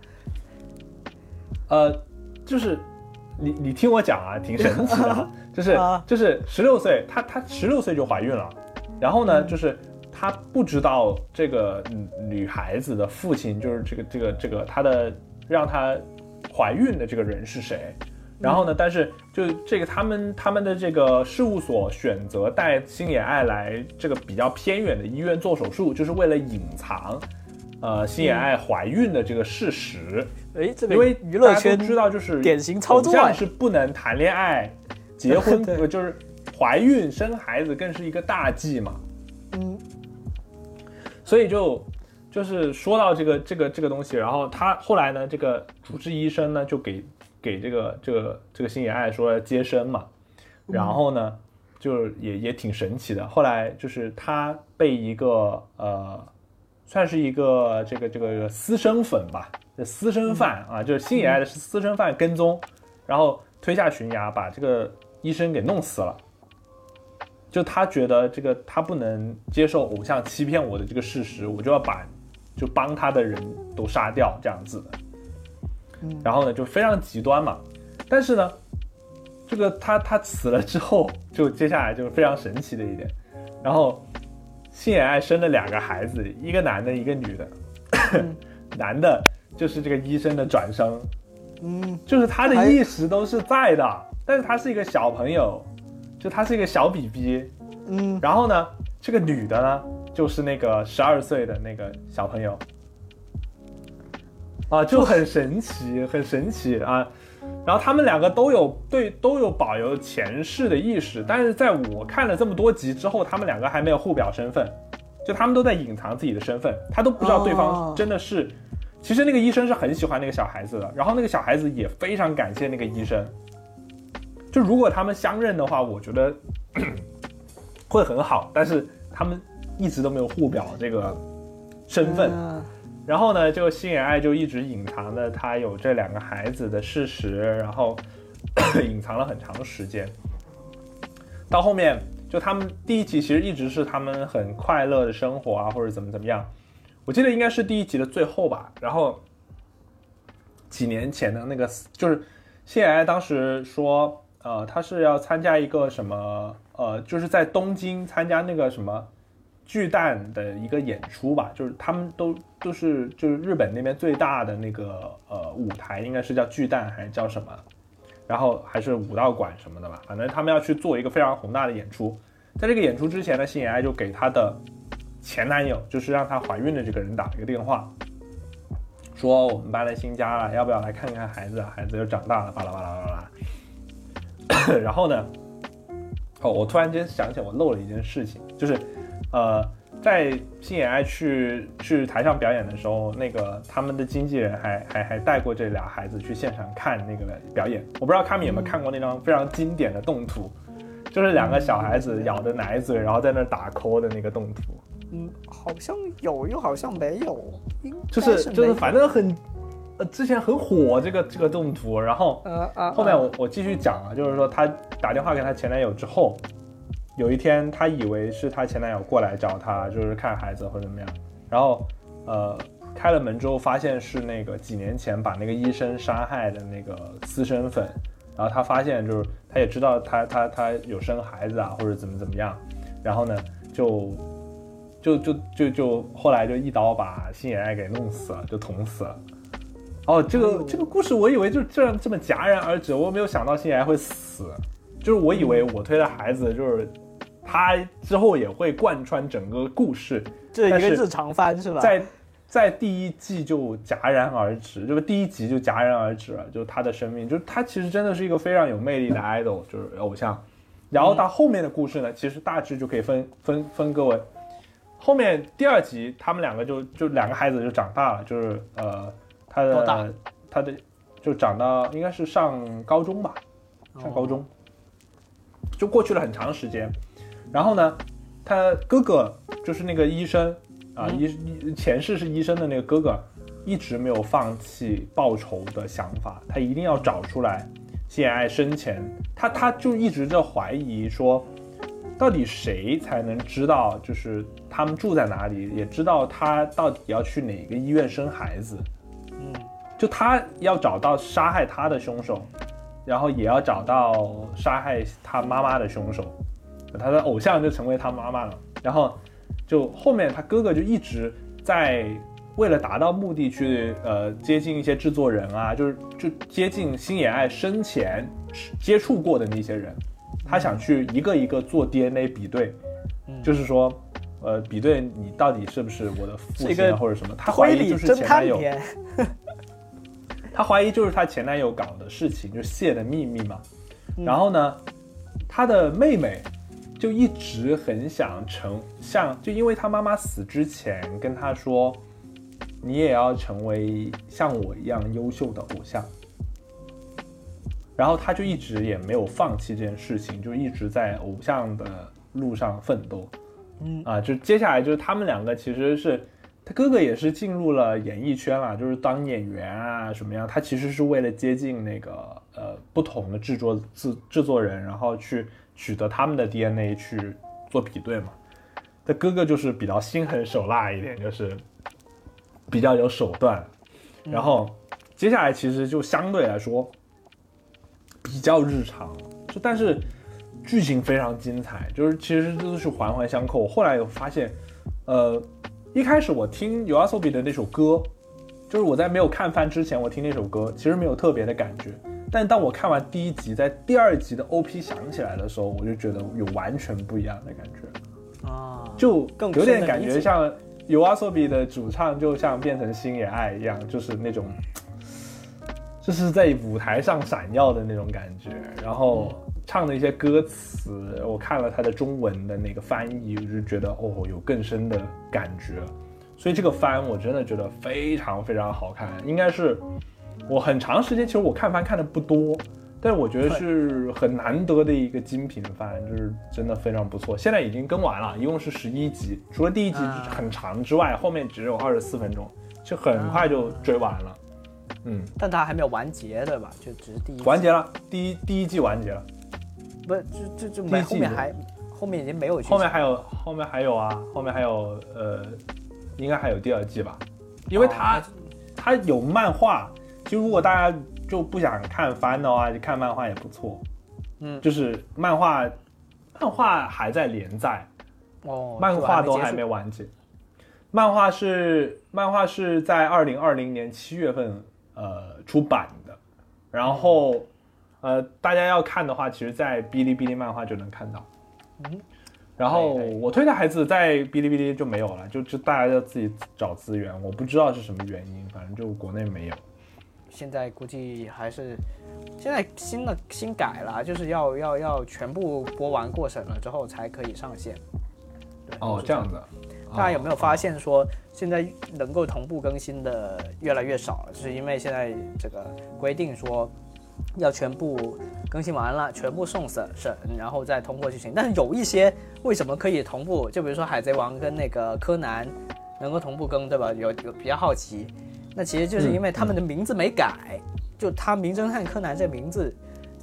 [SPEAKER 2] 就是你听我讲啊，挺神奇的，就是16岁，她16岁就怀孕了，然后呢，就是她不知道这个女孩子的父亲就是这个她的让她怀孕的这个人是谁。然后呢，但是就这个他们的这个事务所选择带星野爱来这个比较偏远的医院做手术，就是为了隐藏星野爱怀孕的这个事实。
[SPEAKER 1] 这个
[SPEAKER 2] 因为
[SPEAKER 1] 娱乐圈
[SPEAKER 2] 知道就是
[SPEAKER 1] 典型操作，
[SPEAKER 2] 偶像是不能谈恋爱、结婚，就是怀孕生孩子更是一个大忌嘛。所以就是说到这个东西，然后他后来呢，这个主治医生呢就给这个星野爱说接生嘛，然后呢，就也挺神奇的。后来就是他被一个算是一个这个私生粉吧，私生饭啊，就是星野爱的私生饭跟踪，然后推下悬崖，把这个医生给弄死了。就他觉得这个他不能接受偶像欺骗我的这个事实，我就要把就帮他的人都杀掉这样子的。然后呢，就非常极端嘛。但是呢，这个他死了之后，就接下来就非常神奇的一点。然后星野爱生了2个孩子，一个男的，一个女的。男的就是这个医生的转生，就是他的意识都是在的，但是他是一个小朋友，就他是一个小 BB。然后呢，这个女的呢，就是那个12岁的那个小朋友。就很神奇啊！然后他们2个都有保有前世的意识，但是在我看了这么多集之后，他们2个还没有互表身份，就他们都在隐藏自己的身份，他都不知道对方真的是。其实那个医生是很喜欢那个小孩子的，然后那个小孩子也非常感谢那个医生。就如果他们相认的话，我觉得会很好，但是他们一直都没有互表这个身份。然后呢，就星野爱就一直隐藏着他有这2个孩子的事实，然后隐藏了很长时间。到后面，就他们第1集其实一直是他们很快乐的生活啊，或者怎么样。我记得应该是第1集的最后吧。然后几年前的那个，就是星野爱当时说，他是要参加一个什么，就是在东京参加那个什么。巨蛋的一个演出吧，就是他们都是就是日本那边最大的那个舞台，应该是叫巨蛋还是叫什么，然后还是武道馆什么的吧，反正他们要去做一个非常宏大的演出。在这个演出之前呢，星野爱就给她的前男友，就是让她怀孕的这个人打了一个电话，说我们搬了新家了，要不要来看看孩子啊？孩子又长大了，巴拉巴拉巴拉。然后呢，我突然间想起我漏了一件事情，就是在星野爱去台上表演的时候，那个他们的经纪人还带过这俩孩子去现场看那个表演。我不知道卡米有没有看过那张非常经典的动图，就是2个小孩子咬着奶嘴，然后在那打 call 的那个动图。
[SPEAKER 1] 好像有，又好像没有，
[SPEAKER 2] 就是反正很之前很火这个动图。然后后面我继续讲啊，就是说他打电话给他前男友之后，有一天他以为是他前男友过来找他，就是看孩子或者怎么样，然后开了门之后发现是那个几年前把那个医生杀害的那个私生粉，然后他发现就是他也知道他有生孩子啊或者怎么样，然后呢就后来就一刀把星野爱给弄死了，就捅死了。哦，这个故事我以为就这么戛然而止，我没有想到星野爱会死，就是我以为我推的孩子就是他之后也会贯穿整个故事，
[SPEAKER 1] 这一个日常番是吧？
[SPEAKER 2] 在第一季就戛然而止，就是第一集就戛然而止了，就是他的生命，就是他其实真的是一个非常有魅力的 idol， 就是偶像。然后到后面的故事呢，其实大致就可以分各位。后面第2集他们两个就两个孩子就长大了，就是他的就长到应该是上高中吧，上高中，就过去了很长时间。然后呢，他哥哥就是那个医生。前世是医生的那个哥哥一直没有放弃报仇的想法，他一定要找出来星野爱生前，他就一直在怀疑说，到底谁才能知道就是他们住在哪里，也知道他到底要去哪个医院生孩子。就他要找到杀害他的凶手，然后也要找到杀害他妈妈的凶手，他的偶像就成为他妈妈了。然后就后面他哥哥就一直在为了达到目的去接近一些制作人啊，就接近星野爱生前接触过的那些人，他想去一个一个做 DNA 比对，就是说比对你到底是不是我的父亲啊或者什么，他怀疑就是前男友，他怀疑就是他前男友搞的事情，就是泄的秘密嘛。然后呢，他的妹妹就一直很想就因为他妈妈死之前跟他说，你也要成为像我一样优秀的偶像。然后他就一直也没有放弃这件事情，就一直在偶像的路上奋斗。就接下来就是他们两个其实是他哥哥也是进入了演艺圈了，就是当演员啊什么样，他其实是为了接近那个不同的制作人，然后去取得他们的 DNA 去做比对嘛。他哥哥就是比较心狠手辣一点，就是比较有手段。然后接下来其实就相对来说比较日常，但是剧情非常精彩，就是其实都是环环相扣。后来有发现一开始我听 YOASOBI 的那首歌，就是我在没有看番之前我听那首歌其实没有特别的感觉，但当我看完第1集在第2集的 OP 响起来的时候，我就觉得有完全不一样的感觉啊，就有点感觉像 YOASOBI 的主唱就像变成星野爱一样，就是那种就是在舞台上闪耀的那种感觉。然后唱的一些歌词，我看了他的中文的那个翻译，我就觉得有更深的感觉。所以这个番我真的觉得非常非常好看，应该是我很长时间其实我看番看的不多，但是我觉得是很难得的一个精品番，就是真的非常不错。现在已经更完了，一共是11集，除了第1集很长之外，后面只有24分钟，就很快就追完了。
[SPEAKER 1] 但它还没有完结对吧？就只是第1集
[SPEAKER 2] 完结了，第一季完结了。
[SPEAKER 1] 不是，就没后面已经没有剧情。
[SPEAKER 2] 后面还有啊，后面还有应该还有第2季吧，因为它有漫画，就如果大家就不想看番的话，就看漫画也不错。就是漫画还在连载，漫画都还没完结。漫画是在2020年7月份出版的，然后大家要看的话，其实在哔哩哔哩漫画就能看到。然后我推的孩子在哔哩哔哩就没有了，就大家要自己找资源，我不知道是什么原因，反正就国内没有。
[SPEAKER 1] 现在估计还是现在新改了，就是要全部播完过审了之后才可以上线。
[SPEAKER 2] 这样子。
[SPEAKER 1] 大家有没有发现说现在能够同步更新的越来越少了，就是因为现在这个规定说要全部更新完了，全部送审，然后再通过剧情。但是有一些为什么可以同步？就比如说海贼王跟那个柯南能够同步更，对吧？有比较好奇。那其实就是因为他们的名字没改，就他名侦探柯南这名字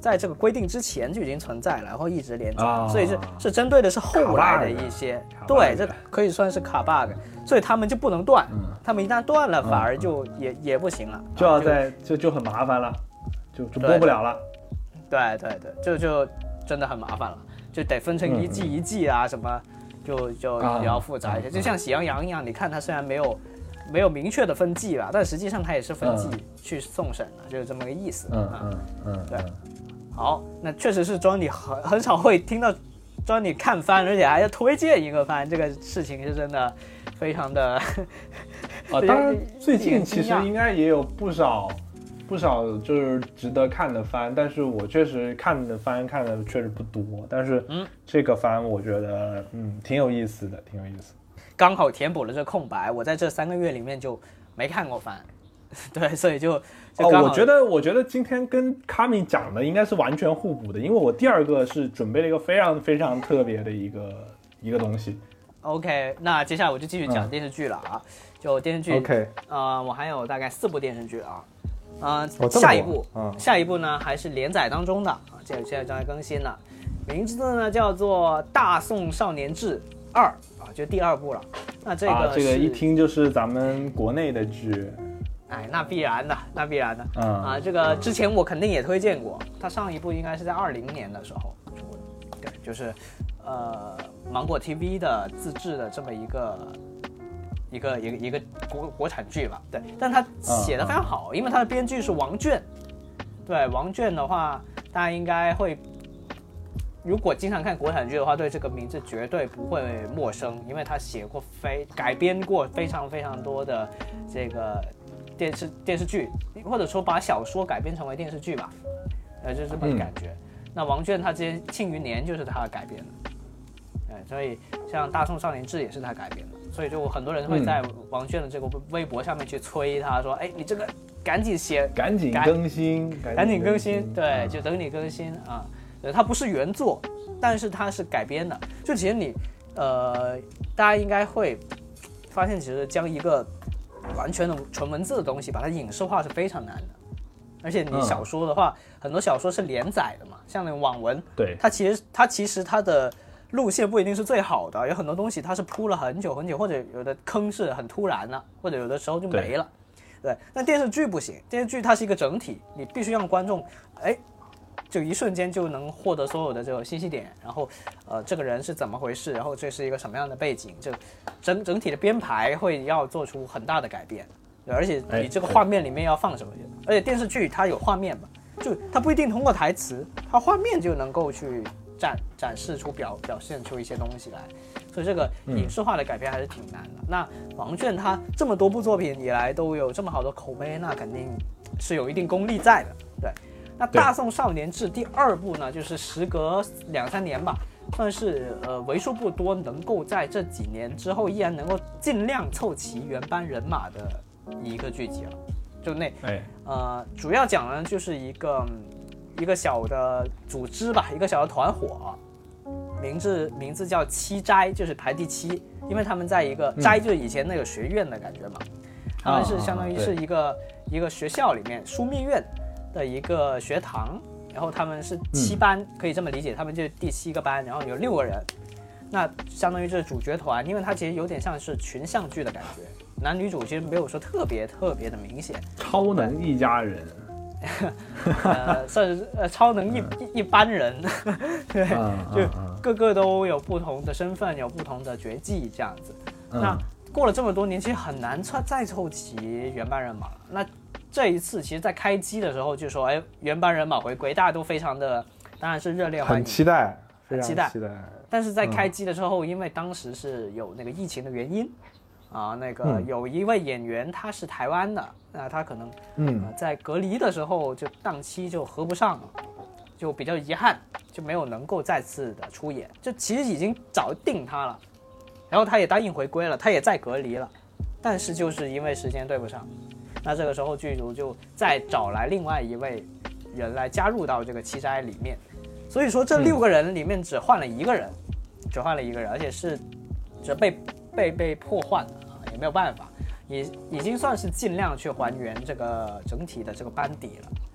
[SPEAKER 1] 在这个规定之前就已经存在了，然后一直连载，所以是针对的是后来的一些，对，这可以算是卡 bug， 所以他们就不能断，他们一旦断了，反而就也不行了，
[SPEAKER 2] 就要就很麻烦了，就播不了了。
[SPEAKER 1] 对，就真的很麻烦了，就得分成一季一季啊什么，就比较复杂一些，就像喜羊羊一样，你看它虽然没有明确的分季吧，但实际上它也是分季去送审的，就是这么个意思。对。好，那确实是 Johnny 很少会听到 Johnny 看番，而且还要推荐一个番，这个事情是真的非常的。
[SPEAKER 2] 当然最近其实应该也有不少就是值得看的番，但是我确实看的确实不多，但是这个番我觉得挺有意思的，
[SPEAKER 1] 刚好填补了这空白，我在这3个月里面就没看过番，对，所以就
[SPEAKER 2] 我觉得今天跟卡米讲的应该是完全互补的，因为我第二个是准备了一个非常非常特别的一个东西。
[SPEAKER 1] OK， 那接下来我就继续讲电视剧了啊，就电视剧
[SPEAKER 2] OK，
[SPEAKER 1] 我还有大概4部电视剧啊，下一部呢还是连载当中的啊，这现在正在更新了，名字呢叫做《大宋少年志2》啊，就第2部了。那这个
[SPEAKER 2] 一听就是咱们国内的剧。
[SPEAKER 1] 哎，那必然的，这个之前我肯定也推荐过，它上一部应该是在2020年的时候出的，对，就是芒果 TV 的自制的这么一个国产剧吧，对，但它写的非常好，因为它的编剧是王倦，对，王倦的话，大家应该会，如果经常看国产剧的话，对这个名字绝对不会陌生，因为他写过改编过非常非常多的这个电视剧，或者说把小说改编成为电视剧吧，就是这么个感觉。那王倦他之前《庆余年》就是他改编的，所以像《大宋少年志》也是他改编的，所以就很多人会在王倦的这个微博上面去催他说，哎，你这个赶紧写，赶紧更新，对，就等你更新啊。它不是原作，但是它是改编的。就其实你，大家应该会发现，其实将一个完全的纯文字的东西，把它影视化是非常难的。而且你小说的话，很多小说是连载的嘛，像那种网文，
[SPEAKER 2] 对，
[SPEAKER 1] 它其实它的路线不一定是最好的，有很多东西它是铺了很久很久，或者有的坑是很突然的，或者有的时候就没了。对，但电视剧不行，电视剧它是一个整体，你必须让观众，就一瞬间就能获得所有的这个信息点，然后这个人是怎么回事，然后这是一个什么样的背景，就整体的编排会要做出很大的改变，而且你这个画面里面要放什么，而且电视剧它有画面嘛，就它不一定通过台词，它画面就能够去展示出表现出一些东西来，所以这个影视化的改编还是挺难的。那王倦他这么多部作品以来都有这么好的口碑，那肯定是有一定功力在的，对。那《大宋少年志》第2部呢，就是时隔2-3年吧，算是为数不多能够在这几年之后依然能够尽量凑齐原班人马的一个剧集了。就主要讲呢就是一个小的组织吧，一个小的团伙，名字叫七斋，就是排第7，因为他们在一个斋就是以前那个学院的感觉嘛，他们是相当于是一个学校里面枢密院的一个学堂，然后他们是7班，可以这么理解，他们就是第7个班，然后有6个人，那相当于就是主角团，因为它其实有点像是群像剧的感觉，男女主其实没有说特别的明显，
[SPEAKER 2] 超能一家人，
[SPEAKER 1] 算是超能一般人，对，就各个都有不同的身份，有不同的绝技这样子。那过了这么多年，其实很难再凑齐原班人马了。那这一次，其实在开机的时候就说，原班人马回归，大家都非常的，当然是热烈欢迎，
[SPEAKER 2] 很期待，
[SPEAKER 1] 非常期待。但是在开机的时候，因为当时是有那个疫情的原因，那个有一位演员他是台湾的，那他可能在隔离的时候就档期就合不上了，就比较遗憾，就没有能够再次的出演，就其实已经早定他了，然后他也答应回归了，他也在隔离了，但是就是因为时间对不上，那这个时候剧组就再找来另外一位人来加入到这个七斋里面，所以说这6个人里面只换了一个人，而且是只被破换了也没有办法，已经算是尽量去还原这个整体的这个班底了。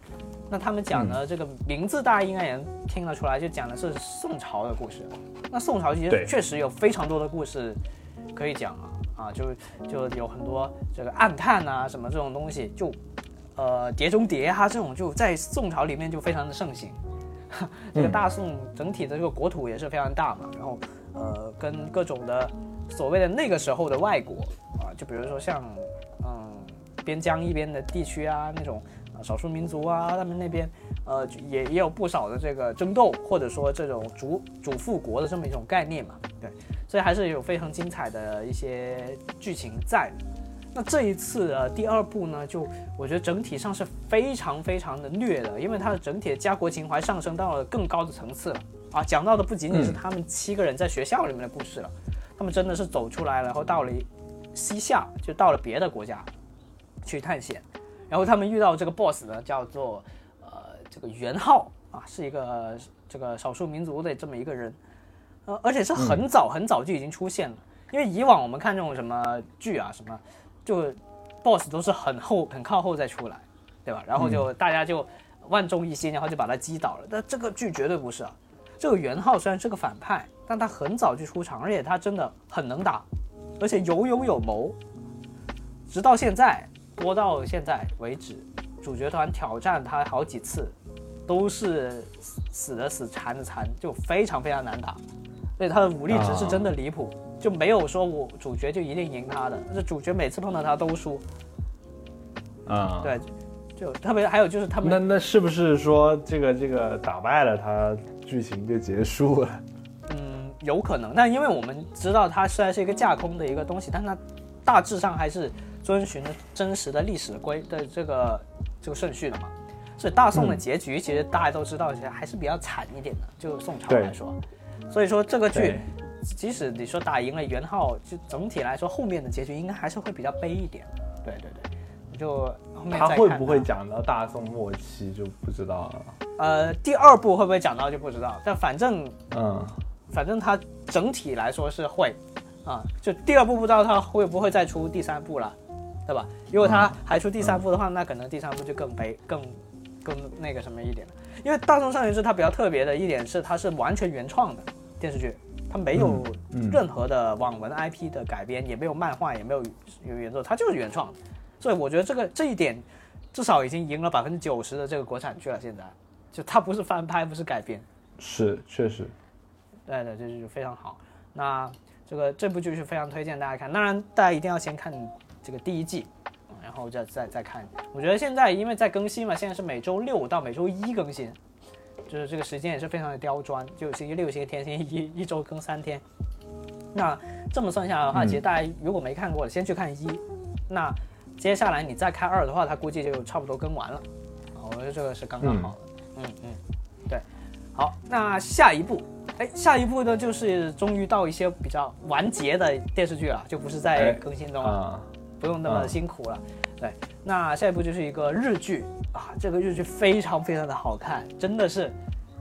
[SPEAKER 1] 那他们讲的这个名字大家应该也能听得出来，就讲的是宋朝的故事。那宋朝其实确实有非常多的故事可以讲啊，就有很多这个暗探啊什么这种东西，就碟中谍啊这种就在宋朝里面就非常的盛行。这个大宋整体的这个国土也是非常大嘛，然后跟各种的所谓的那个时候的外国啊，就比如说像边疆一边的地区啊，那种少数民族啊，他们那边也有不少的这个争斗，或者说这种主父国的这么一种概念嘛，对，所以还是有非常精彩的一些剧情在的。那这一次第二部呢，就我觉得整体上是非常非常的虐的，因为它的整体的家国情怀上升到了更高的层次了啊，讲到的不仅仅是他们7个人在学校里面的故事了，他们真的是走出来了，然后到了西夏，就到了别的国家去探险，然后他们遇到这个 boss 呢，叫做这个元昊啊，是一个这个少数民族的这么一个人，而且是很早很早就已经出现了，因为以往我们看这种什么剧啊什么，就 boss 都是很靠后再出来，对吧？然后就大家就万众一心，然后就把他击倒了。但这个剧绝对不是啊，这个元昊虽然是个反派，但他很早就出场，而且他真的很能打，而且有勇有谋，直到现在。播到现在为止，主角团挑战他好几次，都是死的死，残的残，就非常非常难打。所以他的武力值是真的离谱，就没有说我主角就一定赢他的，这主角每次碰到他都输。对，就特别还有就是他们
[SPEAKER 2] 那是不是说这个打败了他，剧情就结束了？
[SPEAKER 1] 有可能。但因为我们知道它虽然是一个架空的一个东西，但它大致上还是遵循了真实的历史的这个顺序的嘛，所以大宋的结局其实大家都知道，还是比较惨一点的，就宋朝来说。所以说这个剧，即使你说打赢了元昊，就整体来说后面的结局应该还是会比较悲一点。对，就后面再看
[SPEAKER 2] 他会不会讲到大宋末期就不知道
[SPEAKER 1] 了。第二部会不会讲到就不知道，但反正他整体来说是会。就第二部不知道他会不会再出第3部了，对吧？如果他还出第3部的话，那可能第3部就更悲、更那个什么一点了。因为《大宋少年志》它比较特别的一点是，它是完全原创的电视剧，它没有任何的网文 IP 的改编，也没有漫画，也没有原作，它就是原创。所以我觉得这一点至少已经赢了90%的这个国产剧了。现在就它不是翻拍，不是改编，
[SPEAKER 2] 是确实，
[SPEAKER 1] 对，这就是非常好。那这部剧是非常推荐大家看，当然大家一定要先看这个第1季，然后再看。我觉得现在因为在更新嘛，现在是每周6到每周1更新，就是这个时间也是非常的刁钻，就星期6、星期天、星期一周更3天。那这么算下来的话，其实大家如果没看过的，先去看1，那接下来你再看2的话，它估计就差不多更完了。我觉得这个是刚刚好的。对。好，那下一步呢，就是终于到一些比较完结的电视剧了，就不是在更新中了，不用那么辛苦了。对，那下一步就是一个日剧啊，这个日剧非常非常的好看，真的是，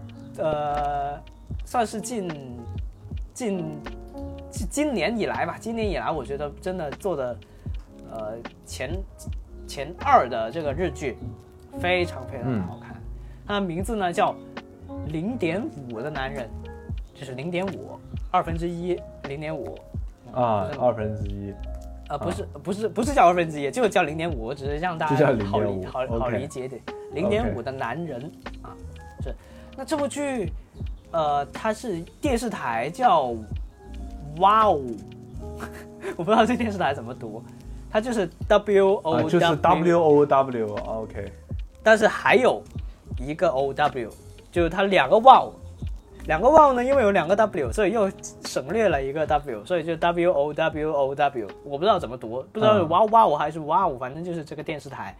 [SPEAKER 1] 算是今年以来吧，我觉得真的做的，前2的这个日剧非常非常的好看。它的名字呢叫0.5的男人，就是0.5，1/2 0.5
[SPEAKER 2] 2/1。
[SPEAKER 1] 不是叫1/2，就是叫0.5，只是让大家好理解一点。0.5的男人啊，是。那这部剧，它是电视台叫哇哦，我不知道这电视台怎么读，它就是 WOW，
[SPEAKER 2] 就是 WOW，OK。
[SPEAKER 1] 但是还有一个 OW， 就是它2个 wow。2个 wow 呢，因为有2个 W， 所以又省略了一个 W， 所以就 WOWOW， 我不知道怎么读，不知道是wow还是 wow， 反正就是这个电视台，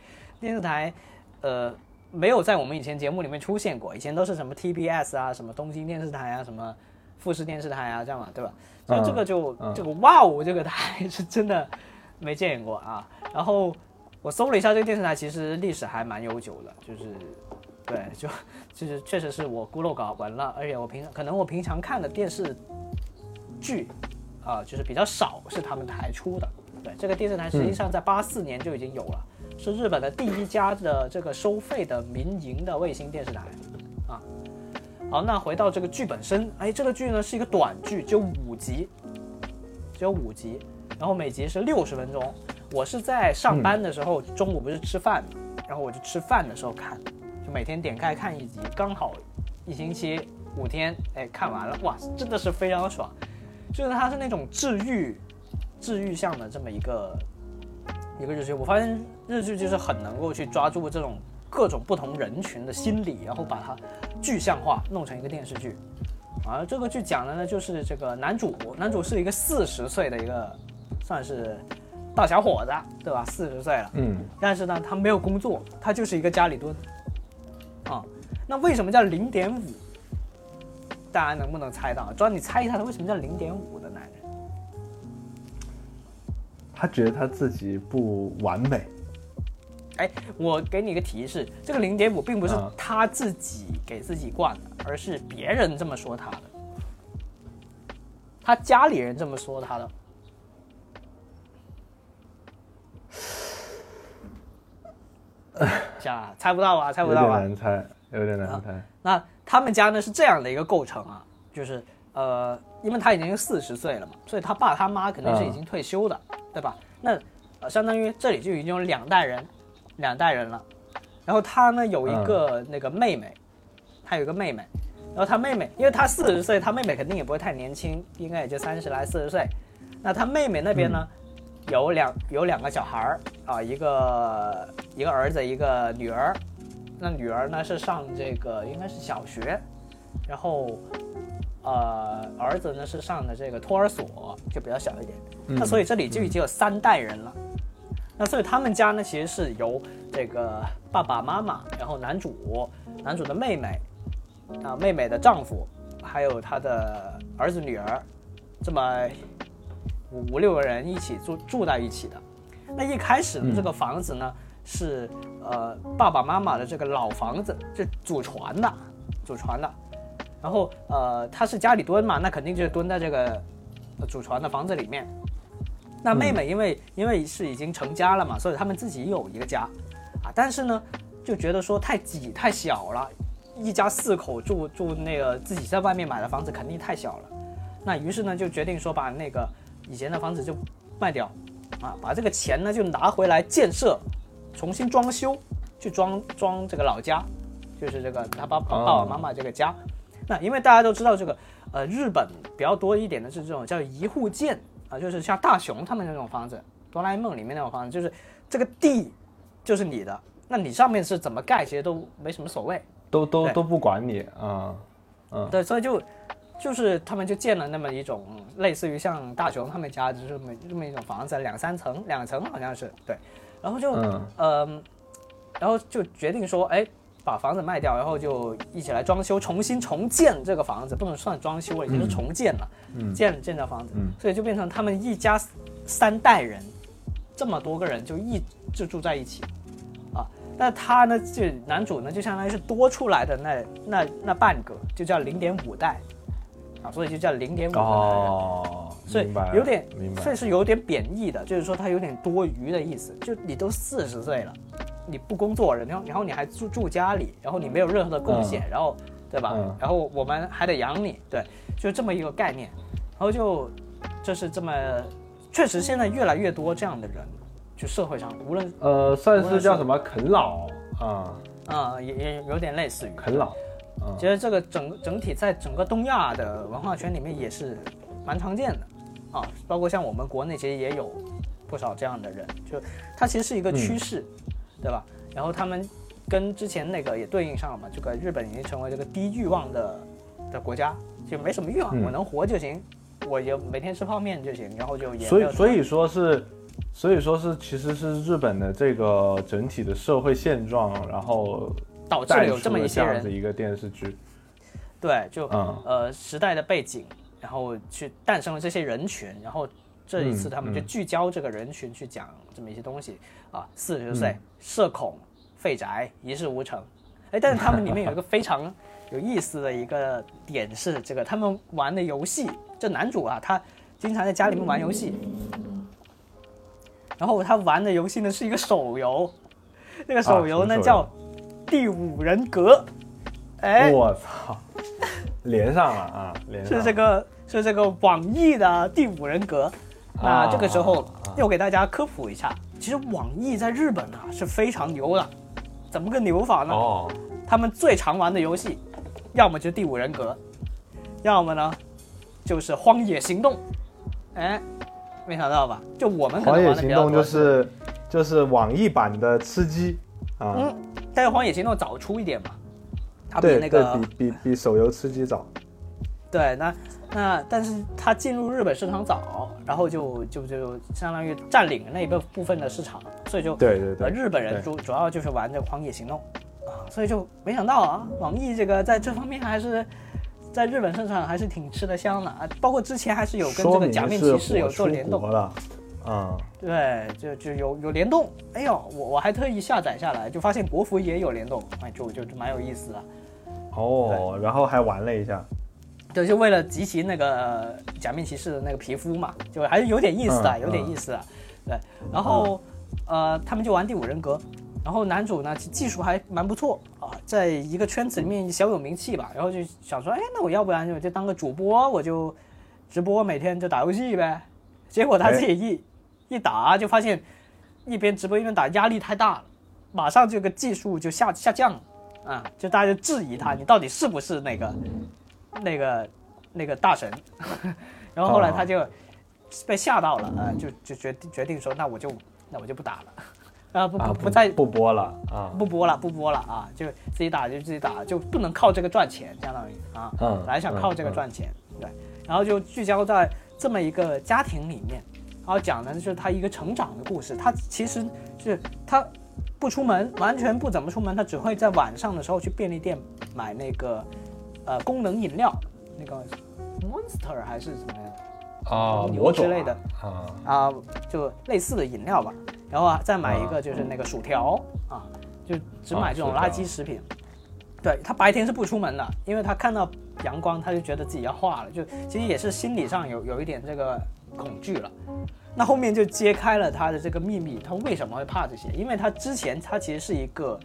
[SPEAKER 1] 没有在我们以前节目里面出现过，以前都是什么 TBS 啊，什么东京电视台啊，什么富士电视台啊，这样嘛，对吧？所以这个wow这个台是真的没见过啊。然后我搜了一下这个电视台，其实历史还蛮悠久的，就是对，就是确实是我孤陋寡闻了，而且我平常看的电视剧就是比较少是他们台出的。对，这个电视台实际上在84年就已经有了， 是日本的第一家的这个收费的民营的卫星电视台啊。好，那回到这个剧本身，这个剧呢是一个短剧，只有5集，然后每集是60分钟。我是在上班的时候，中午不是吃饭嘛，然后我就吃饭的时候看，就每天点开看1集，刚好1星期5天，看完了，哇，真的是非常爽。就是它是那种治愈向的这么一个日剧。我发现日剧就是很能够去抓住这种各种不同人群的心理，然后把它具象化，弄成一个电视剧。而这个剧讲的呢，就是这个男主是一个40岁的一个算是大小伙子，对吧？40岁了，但是呢，他没有工作，他就是一个家里蹲，那为什么叫0.5？大家能不能猜到？主要你猜一下，他为什么叫0.5的男人？
[SPEAKER 2] 他觉得他自己不完美。
[SPEAKER 1] 我给你一个提示，这个0.5并不是他自己给自己灌的，而是别人这么说他的，他家里人这么说他的。猜不到吧？有
[SPEAKER 2] 点难猜。
[SPEAKER 1] 那他们家呢是这样的一个构成啊，就是因为他已经40岁了嘛，所以他爸他妈肯定是已经退休的，对吧？那相当于这里就已经有2代人了。然后他呢有一个那个妹妹，他有一个妹妹，然后他妹妹因为他40岁，他妹妹肯定也不会太年轻，应该也就30来40岁。那他妹妹那边呢？有两个小孩啊，一个儿子，一个女儿。那女儿呢是上这个应该是小学，然后儿子呢是上的这个托儿所，就比较小一点。那所以这里就已经有3代人了。那所以他们家呢其实是由这个爸爸妈妈，然后男主的妹妹妹妹的丈夫，还有他的儿子女儿，这么5-6个人一起住在一起的。那一开始的这个房子呢，是爸爸妈妈的这个老房子，就祖传的。然后他是家里蹲嘛，那肯定就是蹲在这个祖传的房子里面。那妹妹因为是已经成家了嘛，所以他们自己有一个家啊，但是呢就觉得说太挤太小了，一家4口住那个自己在外面买的房子肯定太小了。那于是呢就决定说把那个以前的房子就卖掉啊，把这个钱呢就拿回来建设，重新装修，去装这个老家，就是这个他爸爸妈妈这个家。那因为大家都知道这个日本比较多一点的是这种叫一户建啊，就是像大雄他们那种房子，哆啦 A 梦里面那种房子，就是这个地就是你的，那你上面是怎么盖其实都没什么所谓，
[SPEAKER 2] 都不管你啊。
[SPEAKER 1] 对，所以就是他们就建了那么一种类似于像大雄他们家就是这么一种房子，2-3层，2层好像是对，然后就然后就决定说，把房子卖掉，然后就一起来装修，重新重建这个房子，不能算装修了，已经是重建了，建造房子，所以就变成他们一家3代人，这么多个人就住在一起啊。那他呢，就男主呢，就相当于是多出来的那半个，就叫0.5代啊，所以就叫0.5的男人。所以有点，所以是有点贬义的，就是说他有点多余的意思，就你都40岁了。你不工作，然后你还住家里，然后你没有任何的贡献，然后对吧？然后我们还得养你，对，就这么一个概念。然后就是这么，确实现在越来越多这样的人，就社会上无论
[SPEAKER 2] 算是叫什么啃老
[SPEAKER 1] 也有点类似于
[SPEAKER 2] 啃老。
[SPEAKER 1] 其实这个整体在整个东亚的文化圈里面也是蛮常见的啊，包括像我们国内其实也有不少这样的人，就它其实是一个趋势。对吧？然后他们跟之前那个也对应上了嘛，这个日本已经成为这个低欲望的国家，就没什么欲望，我能活就行，我就每天吃泡面就行，然后就也
[SPEAKER 2] 所以说是其实是日本的这个整体的社会现状，然后
[SPEAKER 1] 导致了有这么一些人
[SPEAKER 2] 的一个电视剧。
[SPEAKER 1] 对，就时代的背景，然后去诞生了这些人群，然后这一次他们就聚焦这个人群去讲这么一些东西啊，40岁社恐废宅一事无成，但是他们里面有一个非常有意思的一个点是这个他们玩的游戏，这男主啊他经常在家里面玩游戏，然后他玩的游戏呢是一个手游那个手游呢叫《第五人格》。哎，
[SPEAKER 2] 我操，连上了啊！连上
[SPEAKER 1] 了是这个网易的《第五人格》。那这个时候又给大家科普一下，其实网易在日本啊是非常牛的。怎么个牛法呢？他们最常玩的游戏，要么就是《第五人格》，要么呢就是《荒野行动》。哎，没想到吧？就我们可能玩的比较多。
[SPEAKER 2] 荒野行动就是网易版的吃鸡啊。
[SPEAKER 1] 但是《荒野行动》早出一点嘛。它比那个
[SPEAKER 2] 比手游吃鸡早，
[SPEAKER 1] 对，那但是它进入日本市场早，然后就相当于占领了那一部分的市场，所以就
[SPEAKER 2] 对
[SPEAKER 1] 日本人主要就是玩这个荒野行动啊，所以就没想到啊，网易这个在这方面还是在日本市场还是挺吃得香的啊，包括之前还是有跟这个假面骑士有做联动
[SPEAKER 2] 了。
[SPEAKER 1] 对，就有联动。哎呦，我还特意下载下来，就发现国服也有联动，哎，就蛮有意思的。
[SPEAKER 2] 然后还玩了一下。
[SPEAKER 1] 对，就为了集齐那个假面骑士的那个皮肤嘛，就还是有点意思的，有点意思的。对，然后他们就玩第五人格，然后男主呢技术还蛮不错啊，在一个圈子里面小有名气吧，然后就想说，哎，那我要不然就当个主播，我就直播每天就打游戏呗。结果他自己一打就发现一边直播一边打压力太大了，马上这个技术就下降了啊，就大家就质疑他，你到底是不是那个大神？然后后来他就被吓到了啊，就决定说那我就不打了
[SPEAKER 2] 不播了啊，
[SPEAKER 1] 不播了啊，就自己打就自己打，就不能靠这个赚钱，相当于啊，本来想靠这个赚钱，对，然后就聚焦在这么一个家庭里面。然后讲的就是他一个成长的故事，他其实是他不出门，完全不怎么出门，他只会在晚上的时候去便利店买那个功能饮料，那个 Monster 还是什么呀牛之类的就类似的饮料吧，然后再买一个就是那个薯条就只买这种垃圾食品。对，他白天是不出门的，因为他看到阳光他就觉得自己要化了，就其实也是心理上有一点这个恐惧了。那后面就揭开了他的这个秘密，他为什么会怕这些？因为他之前他其实是一个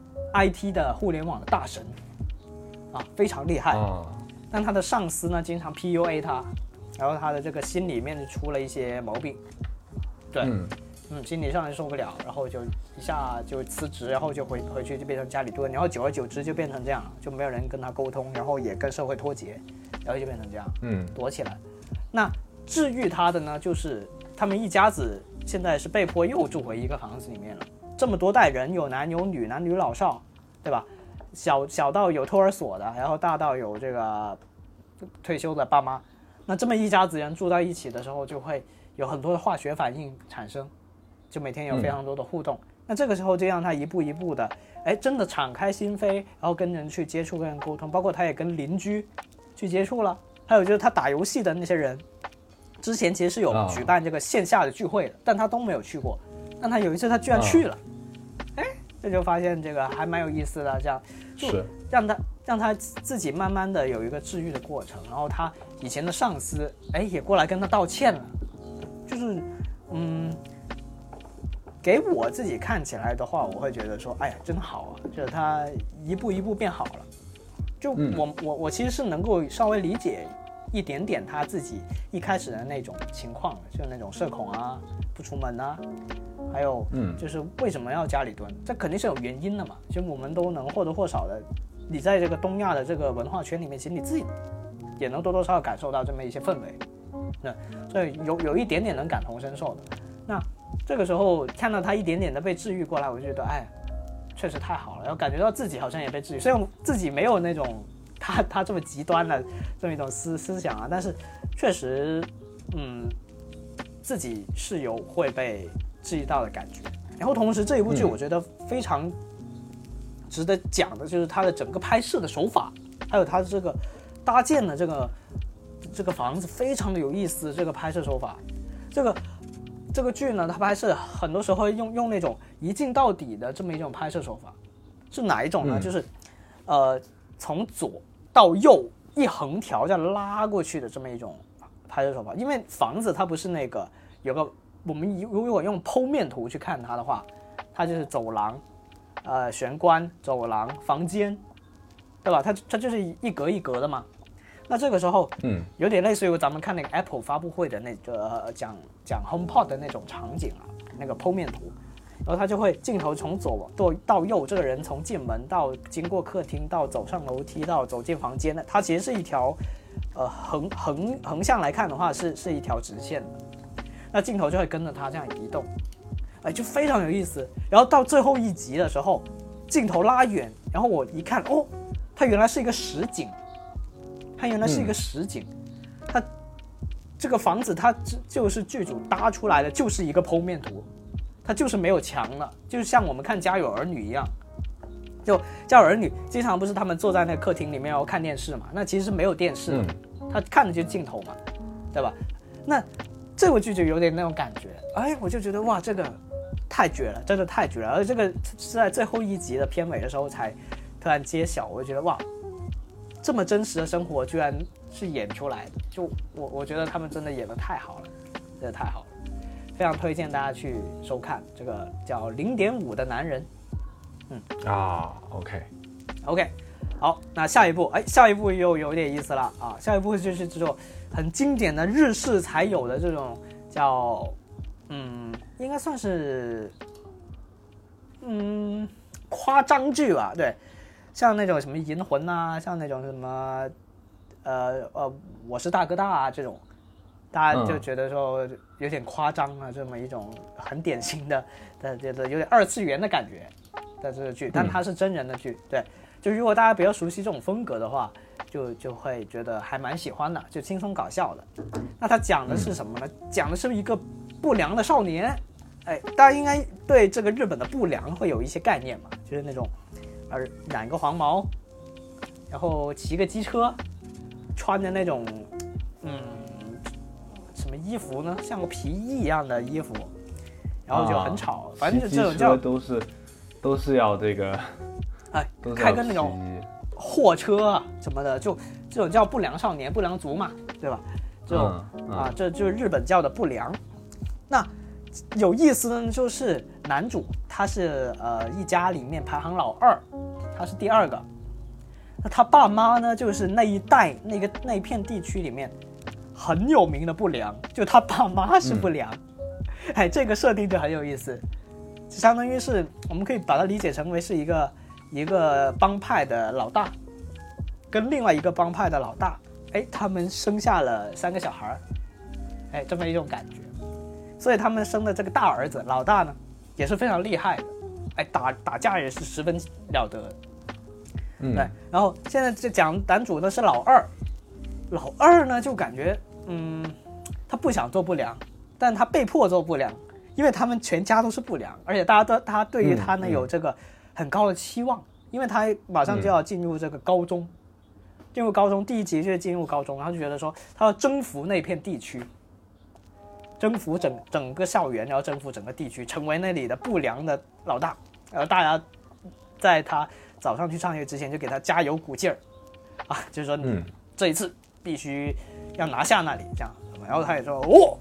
[SPEAKER 1] IT 的互联网的大神非常厉害但他的上司呢经常 PUA 他，然后他的这个心里面就出了一些毛病，对，心理上受不了，然后就一下就辞职，然后就回去就变成家里蹲，然后久而久之就变成这样，就没有人跟他沟通，然后也跟社会脱节，然后就变成这样，躲起来。那治愈他的呢，就是他们一家子现在是被迫又住回一个房子里面了，这么多代人，有男有女，男女老少，对吧？小到有托儿所的，然后大到有这个退休的爸妈，那这么一家子人住在一起的时候，就会有很多的化学反应产生，就每天有非常多的互动。那这个时候就让他一步一步的，真的敞开心扉，然后跟人去接触，跟人沟通，包括他也跟邻居去接触了。还有就是他打游戏的那些人，之前其实是有举办这个线下的聚会的，但他都没有去过。但他有一次他居然去了，这就发现这个还蛮有意思的，这样就让他自己慢慢的有一个治愈的过程。然后他以前的上司也过来跟他道歉了，就是给我自己看起来的话，我会觉得说，哎呀，真好啊，就是他一步一步变好了。就我其实是能够稍微理解一点点他自己一开始的那种情况的，就是那种社恐不出门还有就是为什么要家里蹲，这肯定是有原因的嘛。其实我们都能或多或少的，你在这个东亚的这个文化圈里面，其实你自己也能多多少少感受到这么一些氛围，所以有一点点能感同身受的。那这个时候看到他一点点的被治愈过来，我就觉得确实太好了，然后感觉到自己好像也被治愈，虽然自己没有那种他这么极端的这么一种思想但是确实自己是有会被治愈到的感觉。然后同时这一部剧我觉得非常值得讲的就是它的整个拍摄的手法，还有它这个搭建的这个房子非常的有意思。这个拍摄手法，这个剧呢，它拍摄很多时候用那种一镜到底的这么一种拍摄手法。是哪一种呢？就是从左到右一横条这样拉过去的这么一种拍摄手法。因为房子它不是那个有个，我们如果用剖面图去看它的话，它就是走廊， 玄关、走廊、房间，对吧？它就是一格一格的嘛。那这个时候，有点类似于咱们看那个 Apple 发布会的那个讲 HomePod 的那种场景啊，那个剖面图，然后它就会镜头从左到右，这个人从进门到经过客厅到走上楼梯到走进房间的，它其实是一条横向来看的话是一条直线的，那镜头就会跟着它这样移动，就非常有意思。然后到最后一集的时候，镜头拉远，然后我一看，它原来是一个实景。它原来是一个实景，它这个房子它就是剧组搭出来的，就是一个剖面图，它就是没有墙了，就是像我们看《家有儿女》一样。就《家有儿女》经常不是他们坐在那个客厅里面然后看电视嘛，那其实是没有电视的，他看的就是镜头嘛，对吧？那这部剧就有点那种感觉，我就觉得哇，这个太绝了，真的太绝了。而这个是在最后一集的片尾的时候才突然揭晓，我就觉得哇。这么真实的生活居然是演出来的，就我觉得他们真的演得太好了，真的太好了，非常推荐大家去收看这个叫0.5的男人。OK， 好，那下一部又有点意思了啊，下一部就是这种很经典的日式才有的这种叫应该算是夸张剧吧，对。像那种什么银魂啊，像那种什么我是大哥大啊这种，大家就觉得说有点夸张啊，这么一种很典型的有点二次元的感觉的这个剧，但它是真人的剧，对，就如果大家比较熟悉这种风格的话，就会觉得还蛮喜欢的，就轻松搞笑的。那它讲的是什么呢？讲的是一个不良的少年，大家应该对这个日本的不良会有一些概念嘛，就是那种。染个黄毛，然后骑个机车，穿着那种什么衣服呢？像个皮衣一样的衣服，然后就很吵，反正就这种叫
[SPEAKER 2] 都是要这个，
[SPEAKER 1] 开个那种货车啊什么的，就这种叫不良少年、不良族嘛，对吧？这种这就是日本叫的不良。那有意思的就是男主他是一家里面排行老二，他是第二个。那他爸妈呢，就是那一带那片地区里面很有名的不良，就他爸妈是不良。这个设定就很有意思，就相当于是我们可以把它理解成为是一个帮派的老大跟另外一个帮派的老大，他们生下了3个小孩，这么一种感觉。所以他们生的这个大儿子老大呢，也是非常厉害的，打架也是十分了得的。对。然后现在就讲男主呢是老二呢就感觉他不想做不良，但他被迫做不良，因为他们全家都是不良，而且他对于他呢有这个很高的期望，因为他马上就要进入这个高中，第一集就是进入高中，然后就觉得说他要征服那片地区。征服整个校园，然后征服整个地区，成为那里的不良的老大。然后大家在他早上去上学之前就给他加油鼓劲儿，就是说你这一次必须要拿下那里，这样。然后他也说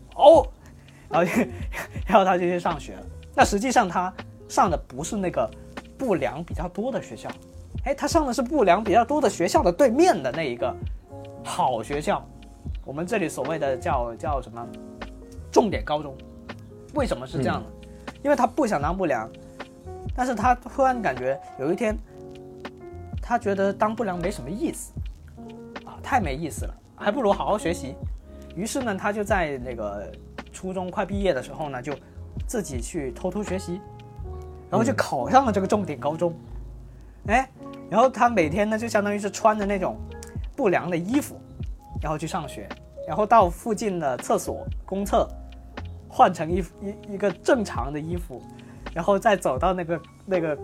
[SPEAKER 1] 然后他就去上学了。那实际上他上的不是那个不良比较多的学校，他上的是不良比较多的学校的对面的那一个好学校，我们这里所谓的叫什么？重点高中。为什么是这样呢？因为他不想当不良，但是他突然感觉有一天他觉得当不良没什么意思太没意思了，还不如好好学习。于是呢他就在那个初中快毕业的时候呢，就自己去偷学习，然后就考上了这个重点高中。然后他每天呢就相当于是穿着那种不良的衣服然后去上学，然后到附近的厕所公厕换成一个正常的衣服，然后再走到那个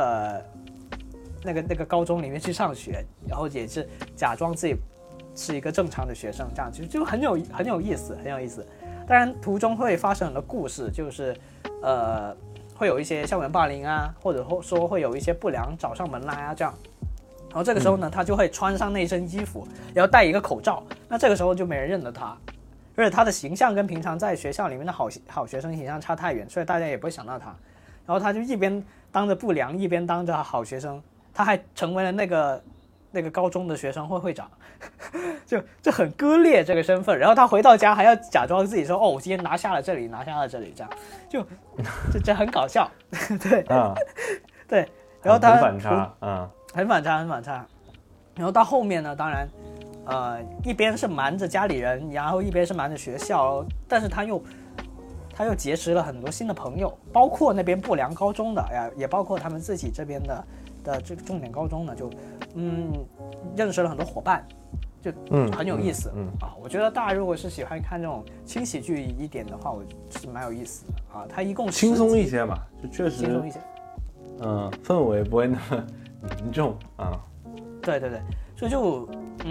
[SPEAKER 1] 高中里面去上学，然后也是假装自己是一个正常的学生，这样就很有意思，很有意思。当然途中会发生很多故事，就是会有一些校园霸凌啊，或者说会有一些不良找上门来啊这样。然后这个时候呢，他就会穿上那身衣服，然后戴一个口罩，那这个时候就没人认得他，而且他的形象跟平常在学校里面的好学生形象差太远，所以大家也不会想到他。然后他就一边当着不良，一边当着好学生，他还成为了那个高中的学生会会长，就很割裂这个身份。然后他回到家还要假装自己说，哦，我今天拿下了这里，拿下了这里，这样这很搞笑，对对。然后他
[SPEAKER 2] 很反差，
[SPEAKER 1] 很反差。然后到后面呢，当然，一边是瞒着家里人，然后一边是瞒着学校，但是他又结识了很多新的朋友，包括那边不良高中的呀，也包括他们自己这边的这个重点高中呢，就认识了很多伙伴，就很有意思我觉得大家如果是喜欢看这种轻喜剧一点的话，我是蛮有意思的啊。它一共
[SPEAKER 2] 轻松一些嘛，就确实
[SPEAKER 1] 轻松一些，
[SPEAKER 2] 氛围不会那么凝重啊。
[SPEAKER 1] 对，所以就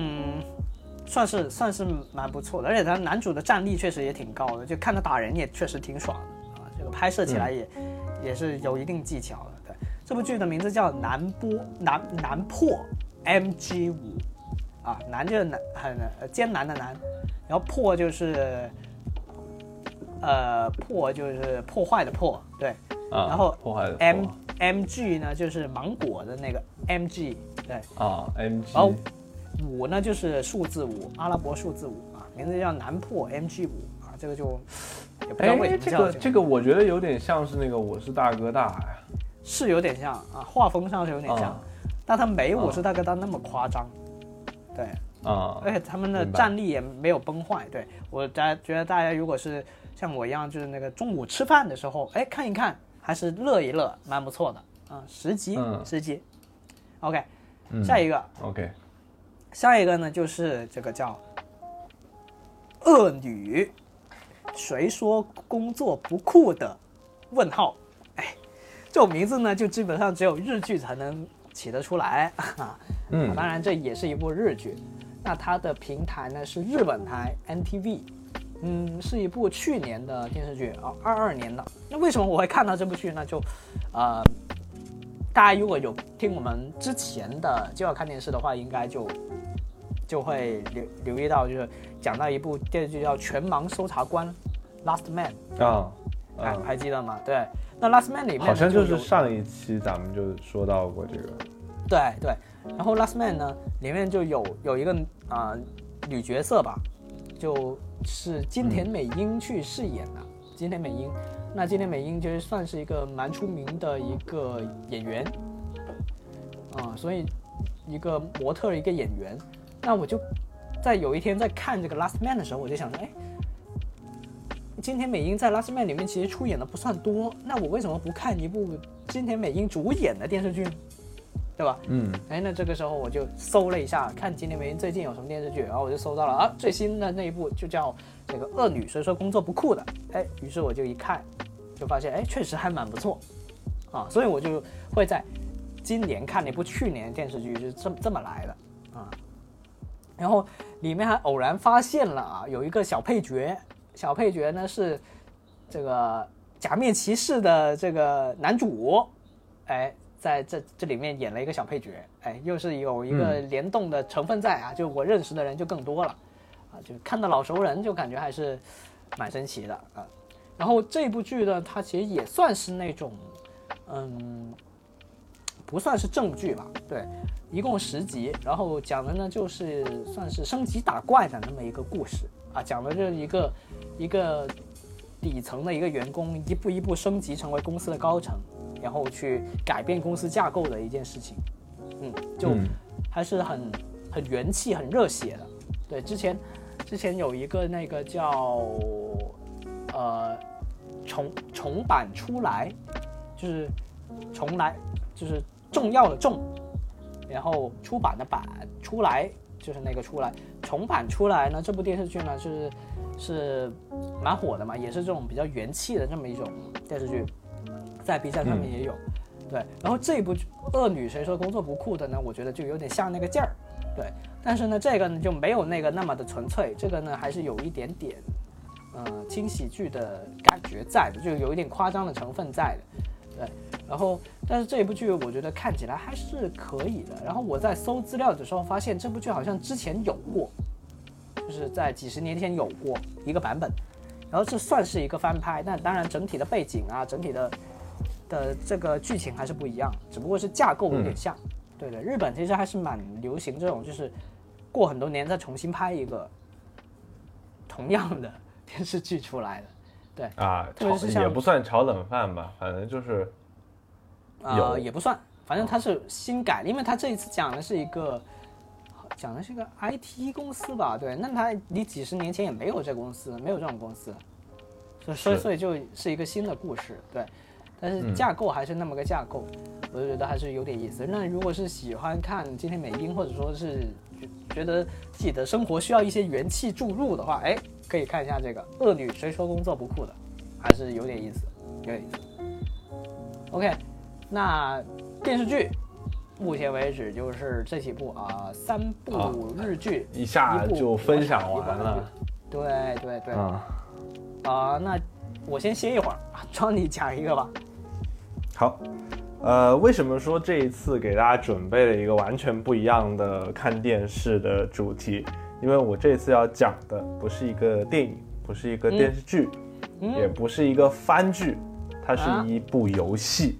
[SPEAKER 1] 算是蛮不错的，而且他男主的战力确实也挺高的，就看他打人也确实挺爽的啊。这个拍摄起来也是有一定技巧的。对，这部剧的名字叫南破 MG5啊，南就是很艰难的难，然后破就是破坏的破，对，然后
[SPEAKER 2] 破坏的
[SPEAKER 1] MG 呢就是芒果的那个 MG， 对
[SPEAKER 2] MG，
[SPEAKER 1] 然后5呢就是数字5，阿拉伯数字5啊，名字叫南破 MG5啊，这个就也不知道为什么叫
[SPEAKER 2] 这个我觉得有点像是那个我是大哥大呀，
[SPEAKER 1] 是有点像啊，画风上是有点像，但他没我是大哥大那么夸张，对而且他们的战力也没有崩坏。对，我觉得大家如果是像我一样，就是那个中午吃饭的时候，看一看，还是乐一乐，蛮不错的啊。10集 ，OK，下一个
[SPEAKER 2] OK，
[SPEAKER 1] 下一个呢就是这个叫恶女，谁说工作不酷的？问号，这种名字呢就基本上只有日剧才能起得出来啊。当然这也是一部日剧。那它的平台呢是日本台 NTV， 是一部去年的电视剧啊，22年的。那为什么我会看到这部剧呢？就大家如果有听我们之前的就要看电视的话，应该就会留意到，就是讲到一部电视剧叫《全盲搜查官》Last Man 还记得吗？对，那 Last Man 里面
[SPEAKER 2] 好像就是上一期咱们就说到过这个。
[SPEAKER 1] 对，然后 Last Man 呢里面就有一个女角色吧，就是金田美英去饰演的。金田美英，那金田美英就是算是一个蛮出名的一个演员所以一个模特一个演员。那我就在有一天在看这个 Last Man 的时候，我就想说，金田美英在 Last Man 里面其实出演的不算多，那我为什么不看一部金田美英主演的电视剧呢？对吧？那这个时候我就搜了一下，看金田美英最近有什么电视剧，然后我就搜到了最新的那一部就叫这个恶女，所以说工作不酷的。于是我就一看，就发现确实还蛮不错所以我就会在今年看那部去年的电视剧，就是这么来的然后里面还偶然发现了有一个小配角呢是这个假面骑士的这个男主，在这里面演了一个小配角，又是有一个联动的成分在就我认识的人就更多了就看到老熟人就感觉还是蛮神奇的然后这部剧呢，它其实也算是那种不算是正剧吧，对，一共10集，然后讲的呢就是算是升级打怪的那么一个故事讲的就是一个底层的一个员工一步一步升级成为公司的高层，然后去改变公司架构的一件事情，就还是很元气很热血的。对，之前有一个那个叫重版出来，就是重来就是重要的重，然后出版的版，出来就是那个出来，重版出来呢，这部电视剧呢是蛮火的嘛，也是这种比较元气的这么一种电视剧，在 B 站上面也有。对，然后这部恶女谁说工作不酷的呢，我觉得就有点像那个劲儿，对，但是呢这个呢就没有那个那么的纯粹，这个呢还是有一点点轻喜剧的感觉在的，就有一点夸张的成分在的。对，然后但是这部剧我觉得看起来还是可以的。然后我在搜资料的时候发现这部剧好像之前有过，就是在几十年前有过一个版本，然后这算是一个翻拍，但当然整体的背景整体的的这个剧情还是不一样，只不过是架构有点像。对的，日本其实还是蛮流行这种，就是过很多年再重新拍一个同样的电视剧出来的。对
[SPEAKER 2] 啊，也不算炒冷饭吧，反正就是
[SPEAKER 1] 也不算，反正它是新改，因为它这一次讲的是一个 IT 公司吧，对，那它离几十年前也没有这公司，没有这种公司，所以就是一个新的故事，对，但是架构还是那么个架构，我就觉得还是有点意思。那如果是喜欢看今天美英，或者说是觉得自己的生活需要一些元气注入的话，哎，可以看一下这个《恶女谁说工作不酷》的，还是有点意思，有点意思。OK， 那电视剧目前为止就是这几部3部日剧，
[SPEAKER 2] 一下就分享完了。
[SPEAKER 1] 对那我先歇一会儿，庄你讲一个吧。
[SPEAKER 2] 好，为什么说这一次给大家准备了一个完全不一样的看电视的主题？因为我这次要讲的不是一个电影，不是一个电视剧，也不是一个番剧，它是一部游戏。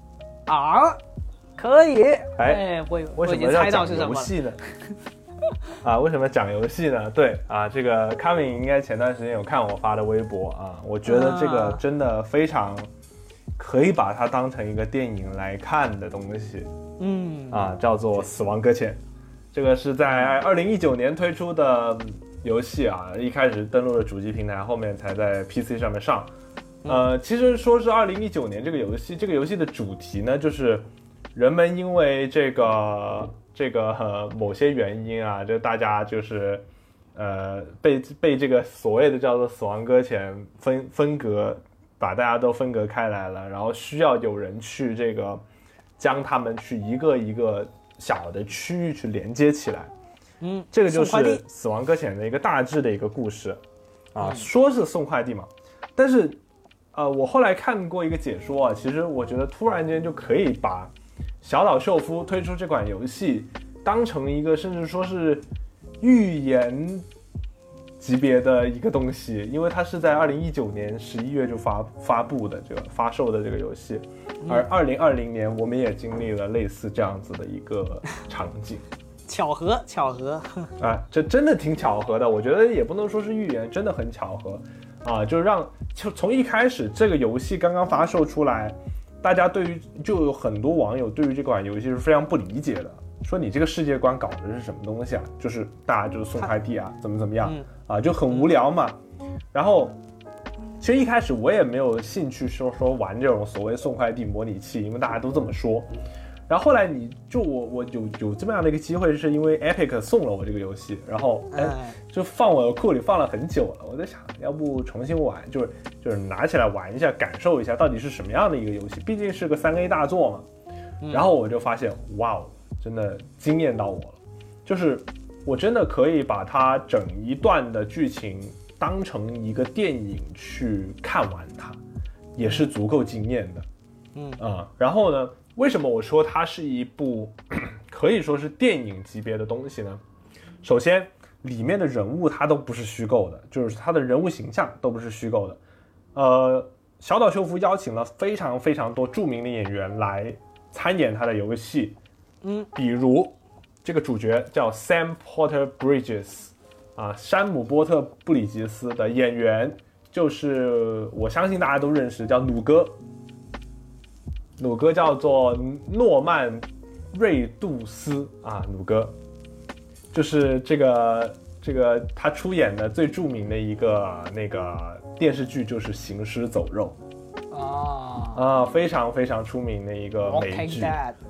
[SPEAKER 1] 可以。
[SPEAKER 2] 为什么要讲游戏呢？为什么讲游戏呢？对这个 Kevin 应该前段时间有看我发的微博我觉得这个真的非常可以把它当成一个电影来看的东西。叫做《死亡搁浅》，这个是在2019年推出的游戏一开始登陆了主机平台，后面才在 PC 上面上。其实说是2019年这个游戏的主题呢，就是人们因为这个某些原因就大家就是被这个所谓的叫做死亡搁浅分隔，把大家都分隔开来了，然后需要有人去这个将他们去一个一个小的区域去连接起来。这个就是死亡搁浅的一个大致的一个故事说是送快递嘛，但是我后来看过一个解说其实我觉得突然间就可以把小岛秀夫推出这款游戏当成一个甚至说是预言级别的一个东西，因为它是在2019年11月就发布的这个发售的这个游戏，而2020年我们也经历了类似这样子的一个场景。
[SPEAKER 1] 巧合
[SPEAKER 2] 这真的挺巧合的，我觉得也不能说是预言，真的很巧合就从一开始这个游戏刚刚发售出来，大家就有很多网友对于这款游戏是非常不理解的，说你这个世界观搞的是什么东西就是大家就是送快递怎么样就很无聊嘛。然后其实一开始我也没有兴趣说玩这种所谓送快递模拟器，因为大家都这么说。然后后来我有这么样的一个机会，是因为 Epic 送了我这个游戏，然后就放我的库里放了很久了，我在想要不重新玩，就是拿起来玩一下，感受一下到底是什么样的一个游戏，毕竟是个3A 大作嘛。然后我就发现哇真的惊艳到我了，就是我真的可以把它整一段的剧情当成一个电影去看完它，也是足够惊艳的。然后呢，为什么我说它是一部可以说是电影级别的东西呢？首先里面的人物它都不是虚构的，就是它的人物形象都不是虚构的。小岛秀夫邀请了非常非常多著名的演员来参演他的游戏，比如这个主角叫 Sam Porter Bridges 山姆波特布里吉斯的演员，就是我相信大家都认识，叫弩哥。弩哥叫做诺曼瑞杜斯弩哥就是这个他出演的最著名的一个那个电视剧就是《行尸走肉》非常非常出名的一个美剧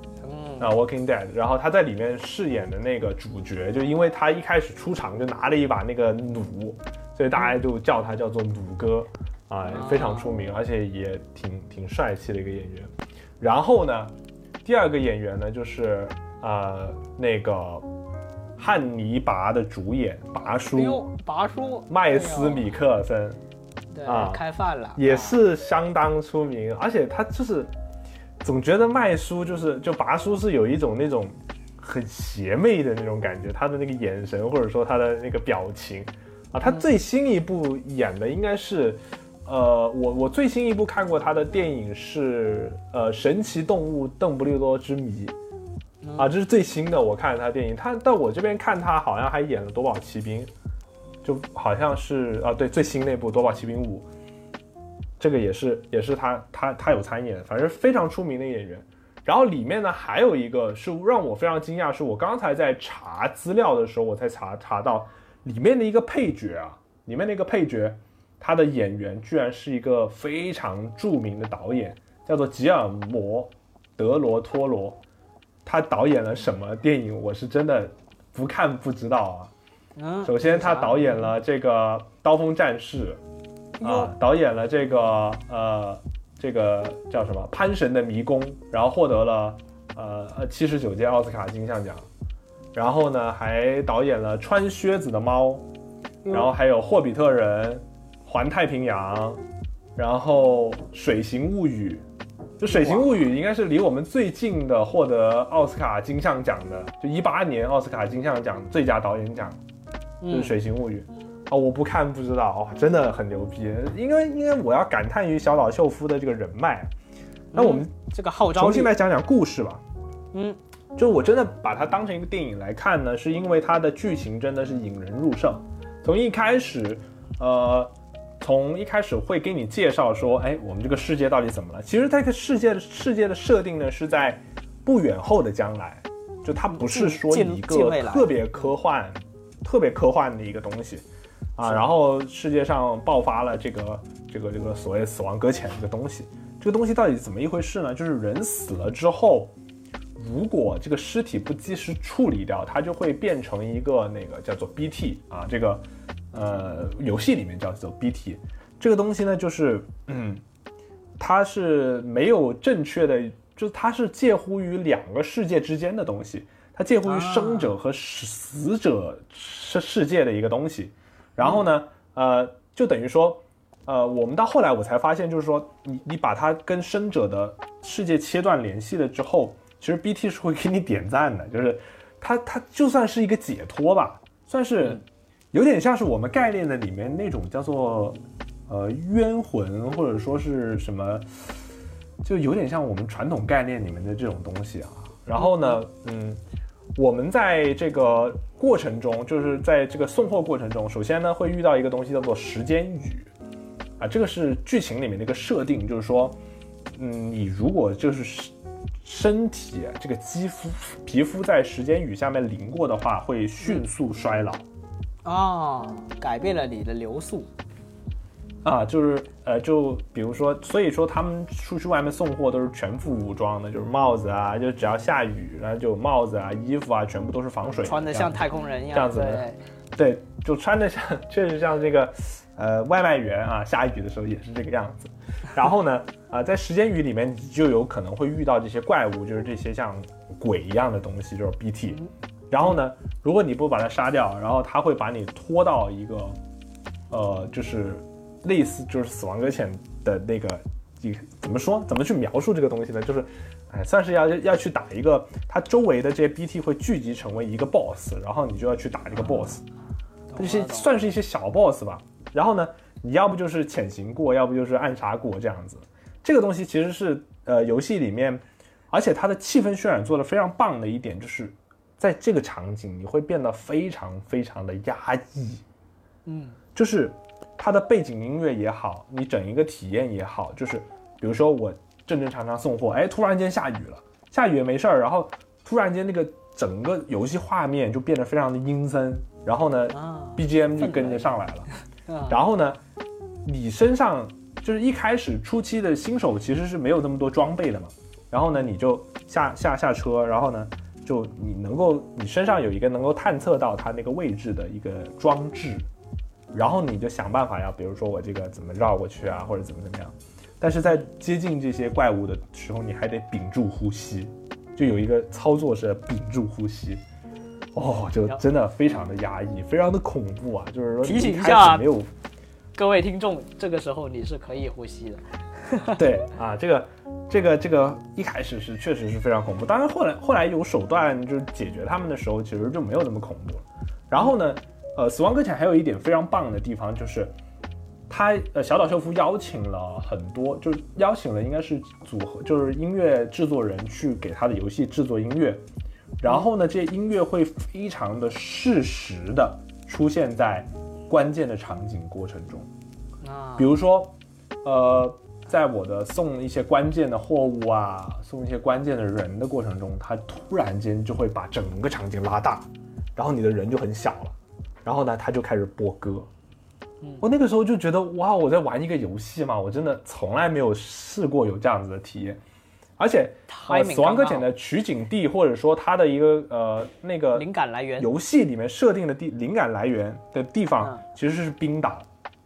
[SPEAKER 2] Walking Dead， 然后他在里面饰演的那个主角，就因为他一开始出场就拿了一把那个弩，所以大家就叫他叫做弩哥非常出名，而且也挺帅气的一个演员。然后呢，第二个演员呢就是那个汉尼拔的主演拔叔麦斯米克尔森，
[SPEAKER 1] 对开饭了，
[SPEAKER 2] 也是相当出名，而且他就是总觉得麦叔就拔叔是有一种那种很邪魅的那种感觉，他的那个眼神或者说他的那个表情他最新一部演的应该是我最新一部看过他的电影是神奇动物邓布利多之谜啊，这是最新的我看了他的电影。他到我这边看他好像还演了夺宝奇兵，就好像是对，最新那部夺宝奇兵5，这个也是他有参演，反正非常出名的演员。然后里面呢还有一个是让我非常惊讶，是我刚才在查资料的时候我才查到里面的一个配角啊，里面那个配角他的演员居然是一个非常著名的导演，叫做吉尔摩·德罗托罗。他导演了什么电影我是真的不看不知道啊。首先他导演了这个《刀锋战士》啊，导演了这个叫什么《潘神的迷宫》，然后获得了79届奥斯卡金像奖。然后呢还导演了《穿靴子的猫》，然后还有《霍比特人》、《环太平洋》，然后《水形物语》。就《水形物语》应该是离我们最近的获得奥斯卡金像奖的，就18年奥斯卡金像奖最佳导演奖，就是《水形物语》我不看不知道真的很牛逼。因为我要感叹于小岛秀夫的这个人脉。那我们
[SPEAKER 1] 这个号召力，
[SPEAKER 2] 重新来讲讲故事吧。就我真的把它当成一个电影来看呢，是因为它的剧情真的是引人入胜。从一开始会给你介绍说，我们这个世界到底怎么了？其实这个世界的设定呢是在不远后的将来，就它不是说一个特别科幻的一个东西啊。然后世界上爆发了这个所谓死亡搁浅这个东西，这个东西到底怎么一回事呢？就是人死了之后，如果这个尸体不及时处理掉，它就会变成一个那个叫做 BT 啊，这个游戏里面叫做 BT。这个东西呢，就是它是没有正确的，就是它是介乎于2个世界之间的东西，它介乎于生者和死者世界的一个东西。然后呢，就等于说，我们到后来我才发现，就是说你把它跟生者的世界切断联系了之后，其实 BT 是会给你点赞的，就是它就算是一个解脱吧，算是有点像是我们概念的里面那种叫做冤魂，或者说是什么，就有点像我们传统概念里面的这种东西啊。然后呢，我们在这个过程中，就是在这个送货过程中，首先呢会遇到一个东西叫做时间雨啊，这个是剧情里面的一个设定，就是说，你如果就是身体这个皮肤在时间雨下面淋过的话，会迅速衰老。
[SPEAKER 1] 改变了你的流速。
[SPEAKER 2] 就是就比如说，所以说他们出去外面送货都是全副武装的，就是帽子啊，就只要下雨，然后就帽子啊、衣服啊，全部都是防水，
[SPEAKER 1] 穿得像太空人一样，
[SPEAKER 2] 这样子的。对，就穿得像，确实像这个外卖员啊，下雨的时候也是这个样子。然后呢，在时间雨里面，你就有可能会遇到这些怪物，就是这些像鬼一样的东西，就是 BT。然后呢，如果你不把它杀掉，然后它会把你拖到一个就是类似就是死亡搁浅的那个，怎么去描述这个东西呢？就是算是要去打一个，它周围的这些 BT 会聚集成为一个 boss， 然后你就要去打这个 boss， 这些算是一些小 boss 吧。然后呢，你要不就是潜行过，要不就是暗杀过这样子。这个东西其实是游戏里面，而且它的气氛渲染做得非常棒的一点，就是在这个场景你会变得非常非常的压抑，就是它的背景音乐也好，你整一个体验也好，就是比如说我正常送货，突然间下雨了，下雨也没事儿，然后突然间那个整个游戏画面就变得非常的阴森，然后呢BGM 就跟着上来了，然后呢你身上就是一开始初期的新手其实是没有那么多装备的嘛，然后呢你就下车，然后呢就你身上有一个能够探测到它那个位置的一个装置，然后你就想办法比如说我这个怎么绕过去啊，或者怎么样。但是在接近这些怪物的时候，你还得屏住呼吸，就有一个操作是屏住呼吸，就真的非常的压抑，非常的恐怖啊！就是说
[SPEAKER 1] 提醒一下各位听众，这个时候你是可以呼吸的。
[SPEAKER 2] 对啊，这个一开始是确实是非常恐怖，当然后来有手段就是解决他们的时候，其实就没有那么恐怖了。然后呢，死亡搁浅还有一点非常棒的地方就是， 他小岛秀夫邀请了很多，就是邀请了应该是组合，就是音乐制作人去给他的游戏制作音乐，然后呢，这些音乐会非常的适时的出现在关键的场景过程中，比如说，在我的送一些关键的货物啊，送一些关键的人的过程中，他突然间就会把整个场景拉大，然后你的人就很小了，然后呢，他就开始播歌。我那个时候就觉得哇，我在玩一个游戏嘛，我真的从来没有试过有这样子的体验，而且死亡搁浅的取景地或者说它的一个那个
[SPEAKER 1] 灵感来源，
[SPEAKER 2] 游戏里面设定的灵感来源的地方其实是冰岛。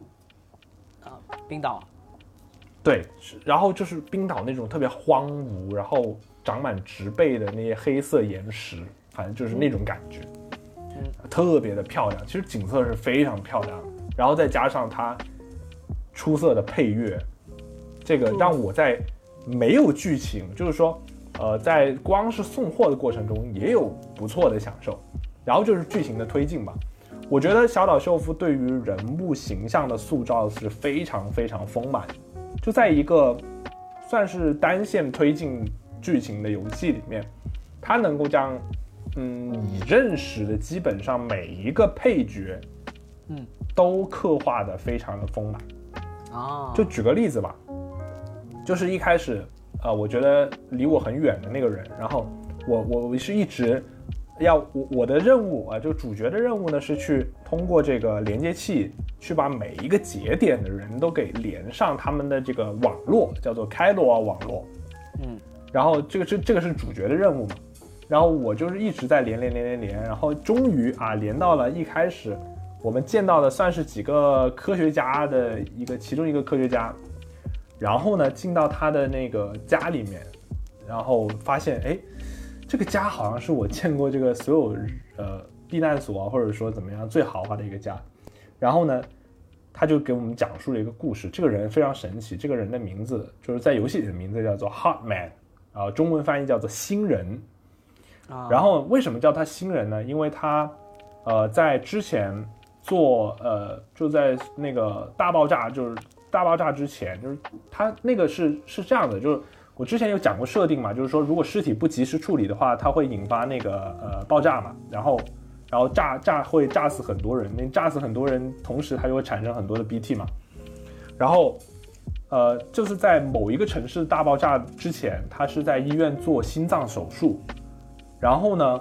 [SPEAKER 1] 冰岛。
[SPEAKER 2] 对，然后就是冰岛那种特别荒芜，然后长满植被的那些黑色岩石，反正就是那种感觉，特别的漂亮。其实景色是非常漂亮的。然后再加上它出色的配乐，这个让我在没有剧情，就是说，在光是送货的过程中也有不错的享受。然后就是剧情的推进吧，我觉得小岛秀夫对于人物形象的塑造是非常非常丰满，就在一个算是单线推进剧情的游戏里面，他能够将你认识的基本上每一个配角，都刻画的非常的丰满。就举个例子吧，就是一开始我觉得离我很远的那个人，然后我是一直我的任务就主角的任务呢是去通过这个连接器去把每一个节点的人都给连上他们的这个网络，叫做开罗尔网络。然后这个是主角的任务嘛，然后我就是一直在连，然后终于连到了一开始我们见到的算是几个科学家的其中一个科学家，然后呢进到他的那个家里面，然后发现这个家好像是我见过这个所有避难所或者说怎么样最豪华的一个家。然后呢他就给我们讲述了一个故事，这个人非常神奇，这个人的名字就是在游戏里的名字叫做 Heartman， 中文翻译叫做新人。然后为什么叫他新人呢？因为他在之前就在那个大爆炸之前，就是他那个是这样的，就是我之前有讲过设定嘛，就是说如果尸体不及时处理的话，它会引发那个爆炸嘛，然后会炸死很多人，那炸死很多人，同时它就会产生很多的 BT 嘛。然后就是在某一个城市大爆炸之前，他是在医院做心脏手术，然后呢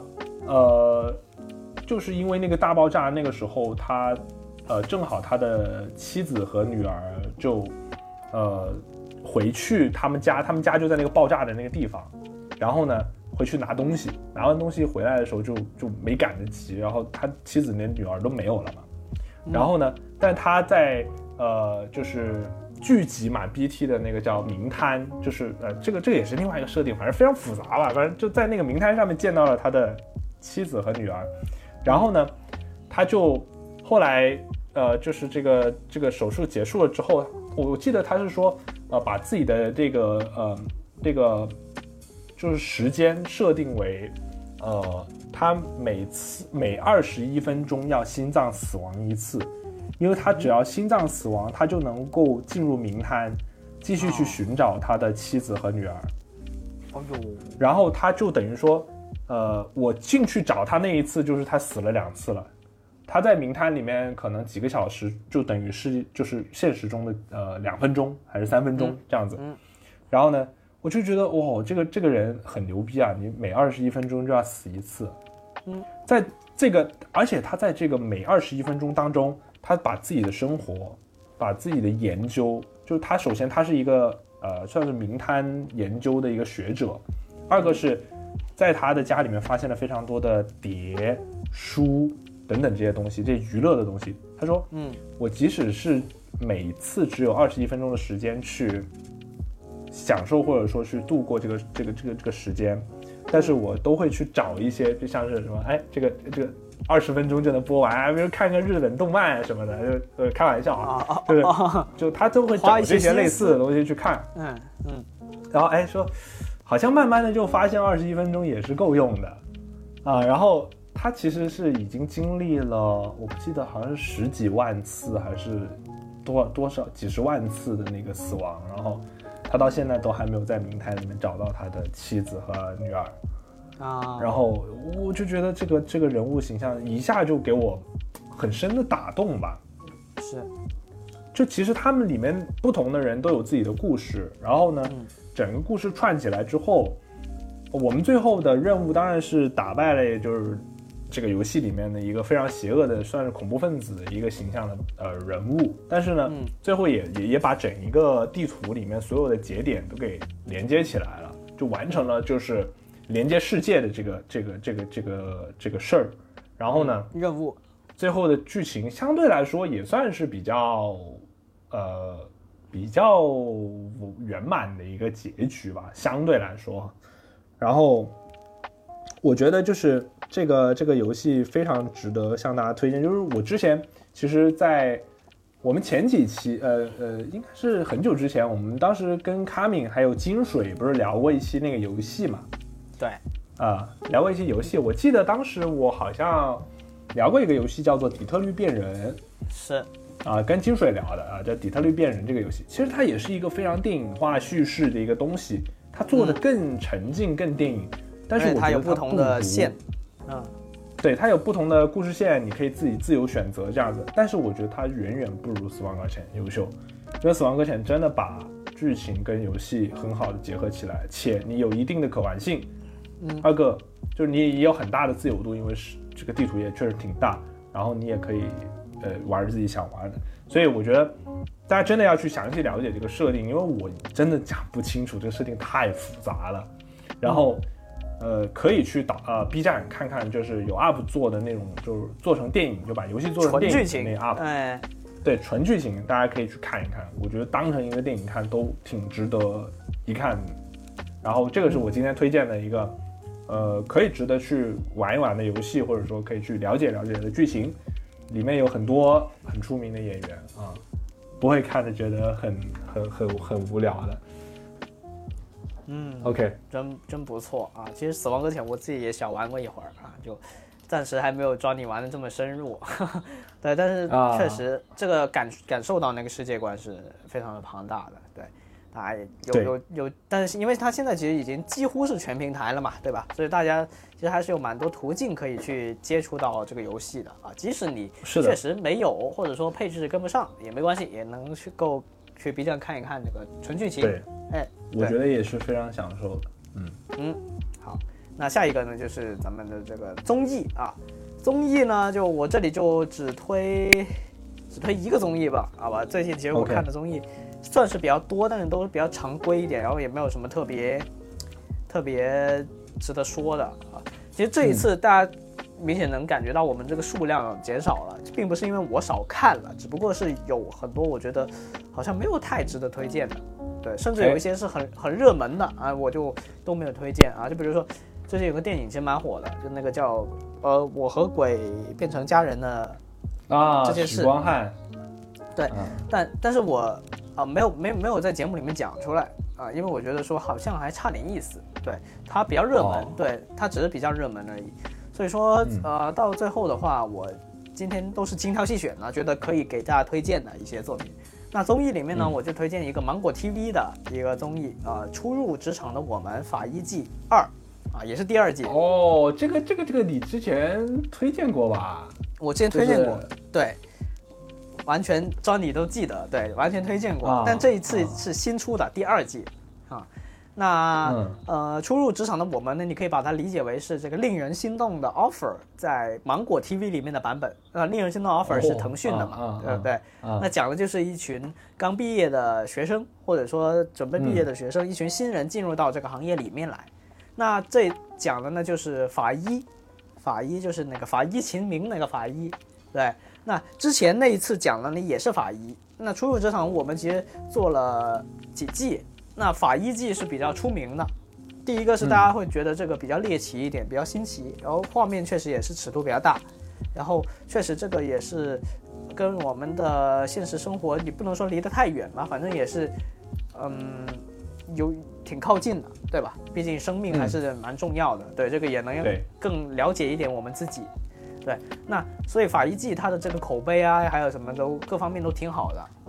[SPEAKER 2] 就是因为那个大爆炸，那个时候他正好他的妻子和女儿就回去他们家就在那个爆炸的那个地方，然后呢回去拿东西，拿完东西回来的时候就没赶得及，然后他妻子连女儿都没有了嘛。然后呢但他在就是聚集满 BT 的那个叫名摊，就是这个也是另外一个设定，反正非常复杂吧，反正就在那个名摊上面见到了他的妻子和女儿。然后呢他就后来就是这个手术结束了之后，我记得他是说把自己的这个就是时间设定为他每21分钟要心脏死亡一次，因为他只要心脏死亡，他就能够进入名摊继续去寻找他的妻子和女儿。然后他就等于说我进去找他那一次就是他死了2次了，他在名摊里面可能几个小时，就等于是就是现实中的2分钟还是3分钟这样子。然后呢我就觉得哇，这个人很牛逼啊，你每21分钟就要死一次。在这个而且他在这个每21分钟当中，他把自己的生活把自己的研究，就是他首先他是一个算是名摊研究的一个学者，二个是在他的家里面发现了非常多的碟书等等这些东西，这些娱乐的东西。他说我即使是每次只有21分钟的时间去享受或者说是度过这个时间，但是我都会去找一些就像是什么这个20分钟就能播完比如看个日本动漫什么的，就开玩笑就是就他都会找这些类似的东西去看。然后说好像慢慢的就发现21分钟也是够用的然后他其实是已经经历了，我不记得好像是10几万次还是多少几十万次的那个死亡，然后他到现在都还没有在明台里面找到他的妻子和女儿啊。然后我就觉得这个人物形象一下就给我很深的打动吧。
[SPEAKER 1] 是，
[SPEAKER 2] 就其实他们里面不同的人都有自己的故事，然后呢，整个故事串起来之后，我们最后的任务当然是打败了就是这个游戏里面的一个非常邪恶的算是恐怖分子的一个形象的人物，但是呢，最后也把整一个地图里面所有的节点都给连接起来了，就完成了就是连接世界的这个事儿。然后呢，
[SPEAKER 1] 任务
[SPEAKER 2] 最后的剧情相对来说也算是比较圆满的一个结局吧，相对来说。然后我觉得就是这个游戏非常值得向大家推荐。就是我之前其实在我们前几期应该是很久之前，我们当时跟卡敏还有金水不是聊过一期那个游戏嘛？
[SPEAKER 1] 对，
[SPEAKER 2] 聊过一期游戏。我记得当时我好像聊过一个游戏叫做底特律变人，
[SPEAKER 1] 是
[SPEAKER 2] 跟金水聊的叫底特律变人这个游戏。其实它也是一个非常电影化叙事的一个东西，它做的更沉浸更电影，但是我觉得
[SPEAKER 1] 它有不同的线，
[SPEAKER 2] 对，它有不同的故事线，你可以自己自由选择这样子。但是我觉得它远远不如死亡搁浅优秀。觉得死亡搁浅真的把剧情跟游戏很好的结合起来，且你有一定的可玩性。二个就是你也有很大的自由度，因为这个地图也确实挺大，然后你也可以玩自己想玩的。所以我觉得大家真的要去详细了解这个设定，因为我真的讲不清楚，这个设定太复杂了。然后可以去B 站看看，就是有 UP 做的那种，就是做成电影，就把游戏做成电影的那 UP，对，纯剧情，大家可以去看一看。我觉得当成一个电影看都挺值得一看的。然后这个是我今天推荐的一个可以值得去玩一玩的游戏，或者说可以去了解了解的剧情。里面有很多很出名的演员不会看着觉得很无聊的。OK，
[SPEAKER 1] 真不错啊！其实死亡搁浅我自己也小玩过一会儿就暂时还没有Johnny玩的这么深入。对，但是确实这个感受到那个世界观是非常的庞大的。对，大家有，但是因为它现在其实已经几乎是全平台了嘛，对吧？所以大家其实还是有蛮多途径可以去接触到这个游戏的即使你确实没有，或者说配置跟不上也没关系，也能去 B 站看一看这个纯剧情。
[SPEAKER 2] 对，我觉得也是非常享受的。
[SPEAKER 1] 好，那下一个呢就是咱们的这个综艺综艺呢就我这里就只推一个综艺吧，好吧？最近其实我看的综艺算是比较多，但是都是比较常规一点，然后也没有什么特别值得说的其实这一次大家明显能感觉到我们这个数量减少了，并不是因为我少看了，只不过是有很多我觉得好像没有太值得推荐的。对，甚至有一些是很热门的我就都没有推荐就比如说最近有个电影其实蛮火的，就那个叫我和鬼变成家人的这件事。
[SPEAKER 2] 许光汉。
[SPEAKER 1] 对，但是我没有在节目里面讲出来因为我觉得说好像还差点意思。对，它比较热门，对，它只是比较热门而已。所以说到最后的话，我今天都是精挑细选觉得可以给大家推荐的一些作品。那综艺里面呢，我就推荐一个芒果 TV 的一个综艺初入职场的我们法医季2也是第2季。
[SPEAKER 2] 这个你之前推荐过吧？
[SPEAKER 1] 我之前推荐过，对，完全Johnny都记得，对，完全推荐过。但这一次是新出的第2季那初入职场的我们呢，你可以把它理解为是这个令人心动的 offer 在芒果 TV 里面的版本。令人心动的 offer 是腾讯的嘛，对不对？那讲的就是一群刚毕业的学生，或者说准备毕业的学生，一群新人进入到这个行业里面来。那这讲的呢就是法医就是那个法医秦明那个法医。对，那之前那一次讲的呢也是法医。那初入职场我们其实做了几季。那法医季是比较出名的，第一个是大家会觉得这个比较猎奇一点，比较新奇，然后画面确实也是尺度比较大，然后确实这个也是跟我们的现实生活你不能说离得太远吧，反正也是有挺靠近的，对吧？毕竟生命还是蛮重要的，对，这个也能更了解一点我们自己。对，那所以法医季它的这个口碑还有什么都各方面都挺好的。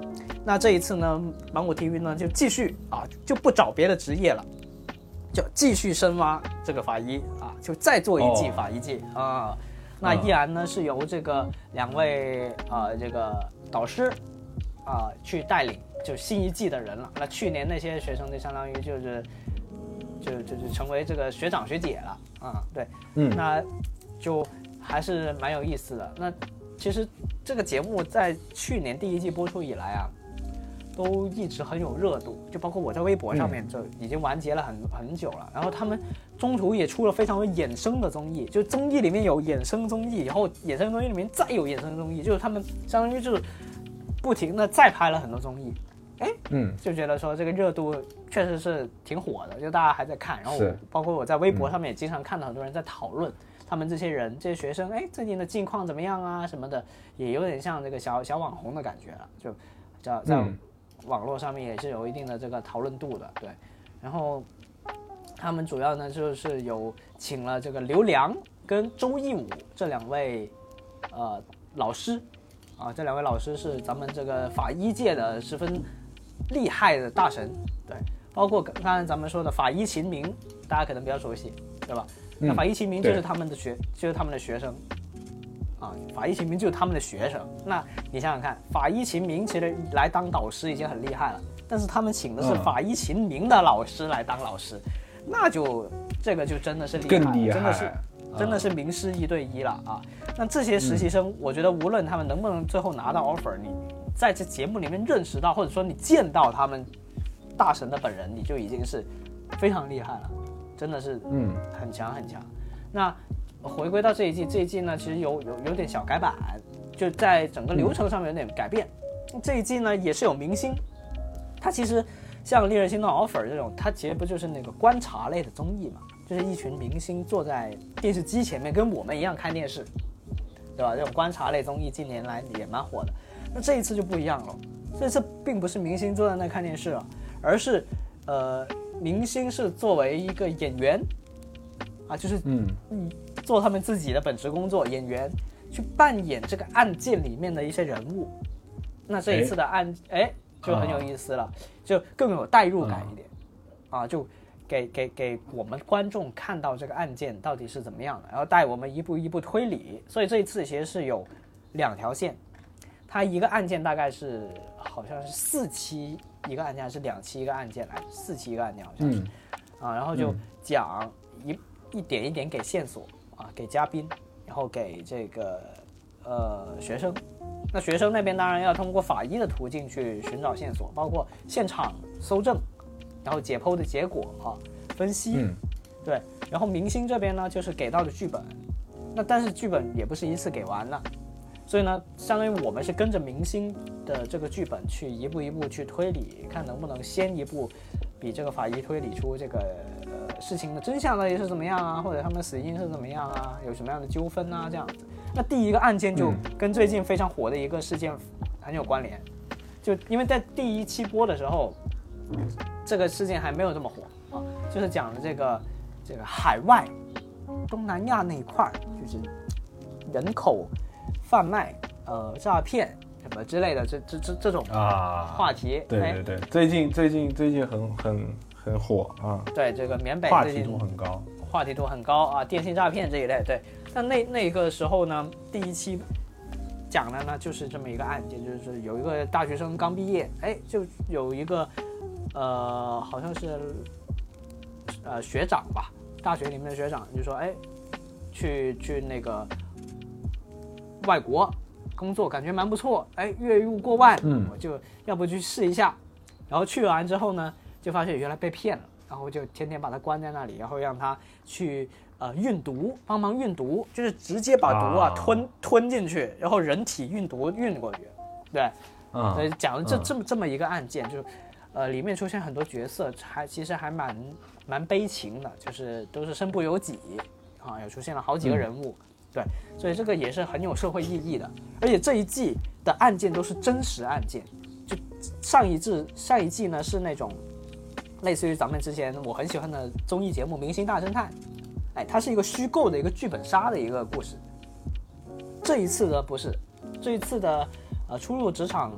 [SPEAKER 1] 那这一次呢，芒果 TV 呢就继续就不找别的职业了，就继续深挖这个法医就再做一季法医季那依然呢是由这个2位这个导师去带领就新一季的人了。那去年那些学生就相当于就是成为这个学长学姐了对，那就还是蛮有意思的。那其实这个节目在去年第1季播出以来都一直很有热度，就包括我在微博上面就已经完结了很久了。然后他们中途也出了非常多衍生的综艺，就综艺里面有衍生综艺，然后衍生综艺里面再有衍生综艺，就是他们相当于就是不停的再拍了很多综艺，就觉得说这个热度确实是挺火的，就大家还在看。然后包括我在微博上面也经常看到很多人在讨论他们这些人这些学生最近的近况怎么样啊什么的，也有点像这个小网红的感觉了，就在网络上面也是有一定的这个讨论度的。对，然后他们主要呢就是有请了这个刘良跟周义武这2位老师这2位老师是咱们这个法医界的十分厉害的大神。对，包括刚才咱们说的法医秦明，大家可能比较熟悉，对吧？那法医秦明就是他们的学生法医秦明就是他们的学生。那你想想看，法医秦明其实来当导师已经很厉害了，但是他们请的是法医秦明的老师来当老师，那就这个就真的是厉害了，
[SPEAKER 2] 更厉害，
[SPEAKER 1] 真的是名师1对1了那这些实习生，我觉得无论他们能不能最后拿到 offer，你在这节目里面认识到，或者说你见到他们大神的本人，你就已经是非常厉害了，真的是很强很强。那回归到这一季呢，其实有点小改版，就在整个流程上面有点改变。这一季呢也是有明星，它其实像《猎人心动 offer》这种，它其实不就是那个观察类的综艺嘛，就是一群明星坐在电视机前面跟我们一样看电视，对吧？这种观察类综艺近年来也蛮火的。那这一次就不一样了，这次并不是明星坐在那看电视而是明星是作为一个演员就是做他们自己的本职工作，演员去扮演这个案件里面的一些人物。那这一次的就很有意思了，就更有代入感一点就给我们观众看到这个案件到底是怎么样的，然后带我们一步一步推理。所以这一次其实是有2条线，它一个案件大概是好像是4期一个案件，还是2期一个案件来，4期一个案件好像是然后就讲一点一点给线索给嘉宾，然后给这个学生。那学生那边当然要通过法医的途径去寻找线索，包括现场搜证，然后解剖的结果分析对。然后明星这边呢就是给到的剧本，那但是剧本也不是一次给完的，所以呢相当于我们是跟着明星的这个剧本去一步一步去推理，看能不能先一步比这个法医推理出这个事情的真相到底是怎么样或者他们的死因是怎么样有什么样的纠纷这样子。那第一个案件就跟最近非常火的一个事件很有关联，就因为在第1期播的时候，这个事件还没有这么火就是讲的这个海外东南亚那一块，就是人口贩卖诈骗什么之类的这种话题
[SPEAKER 2] 对，最近很火
[SPEAKER 1] 对，这个缅北
[SPEAKER 2] 话题度很高
[SPEAKER 1] 电信诈骗这一类。对，但那个时候呢，第1期讲的呢就是这么一个案件，就是有一个大学生刚毕业，就有一个好像是学长吧，大学里面的学长就说去那个外国工作感觉蛮不错，月入过万，我就要不去试一下。然后去完之后呢，就发现原来被骗了，然后就天天把他关在那里，然后让他去运毒，帮忙运毒，就是直接把毒吞进去，然后人体运毒运过去。对，所以讲了这么一个案件，就里面出现很多角色，其实还蛮悲情的，就是都是身不由己也出现了好几个人物。对，所以这个也是很有社会意义的。而且这一季的案件都是真实案件，就上一季呢是那种类似于咱们之前我很喜欢的综艺节目《明星大侦探》，它是一个虚构的一个剧本杀的一个故事。这一次呢不是，这一次的初入职场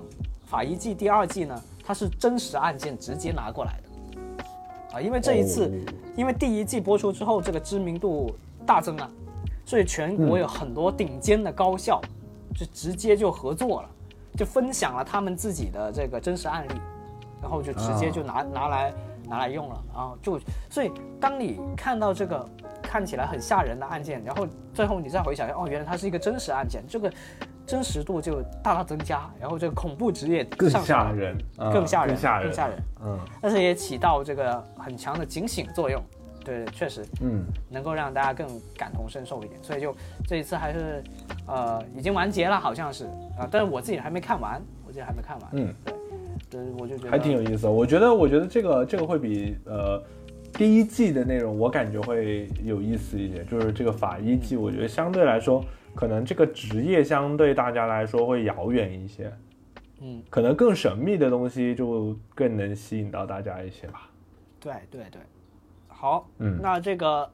[SPEAKER 1] 法医季第2季呢，它是真实案件直接拿过来的，因为这一次，因为第1季播出之后，这个知名度大增了，所以全国有很多顶尖的高校就直接就合作了，就分享了他们自己的这个真实案例，然后就直接就拿来用了，然后所以当你看到这个看起来很吓人的案件，然后最后你再回想，原来它是一个真实案件，这个真实度就大大增加，然后这个恐怖值也
[SPEAKER 2] 更吓人，
[SPEAKER 1] 更吓人，但是也起到这个很强的警醒作用，对，确实，能够让大家更感同身受一点，所以就这一次还是已经完结了，好像是但是我自己还没看完，对，我就觉得
[SPEAKER 2] 还挺有意思的。我觉得这个会比第1季的内容我感觉会有意思一些，就是这个法医季，我觉得相对来说，可能这个职业相对大家来说会遥远一些，可能更神秘的东西就更能吸引到大家一些吧。
[SPEAKER 1] 对，好，那这个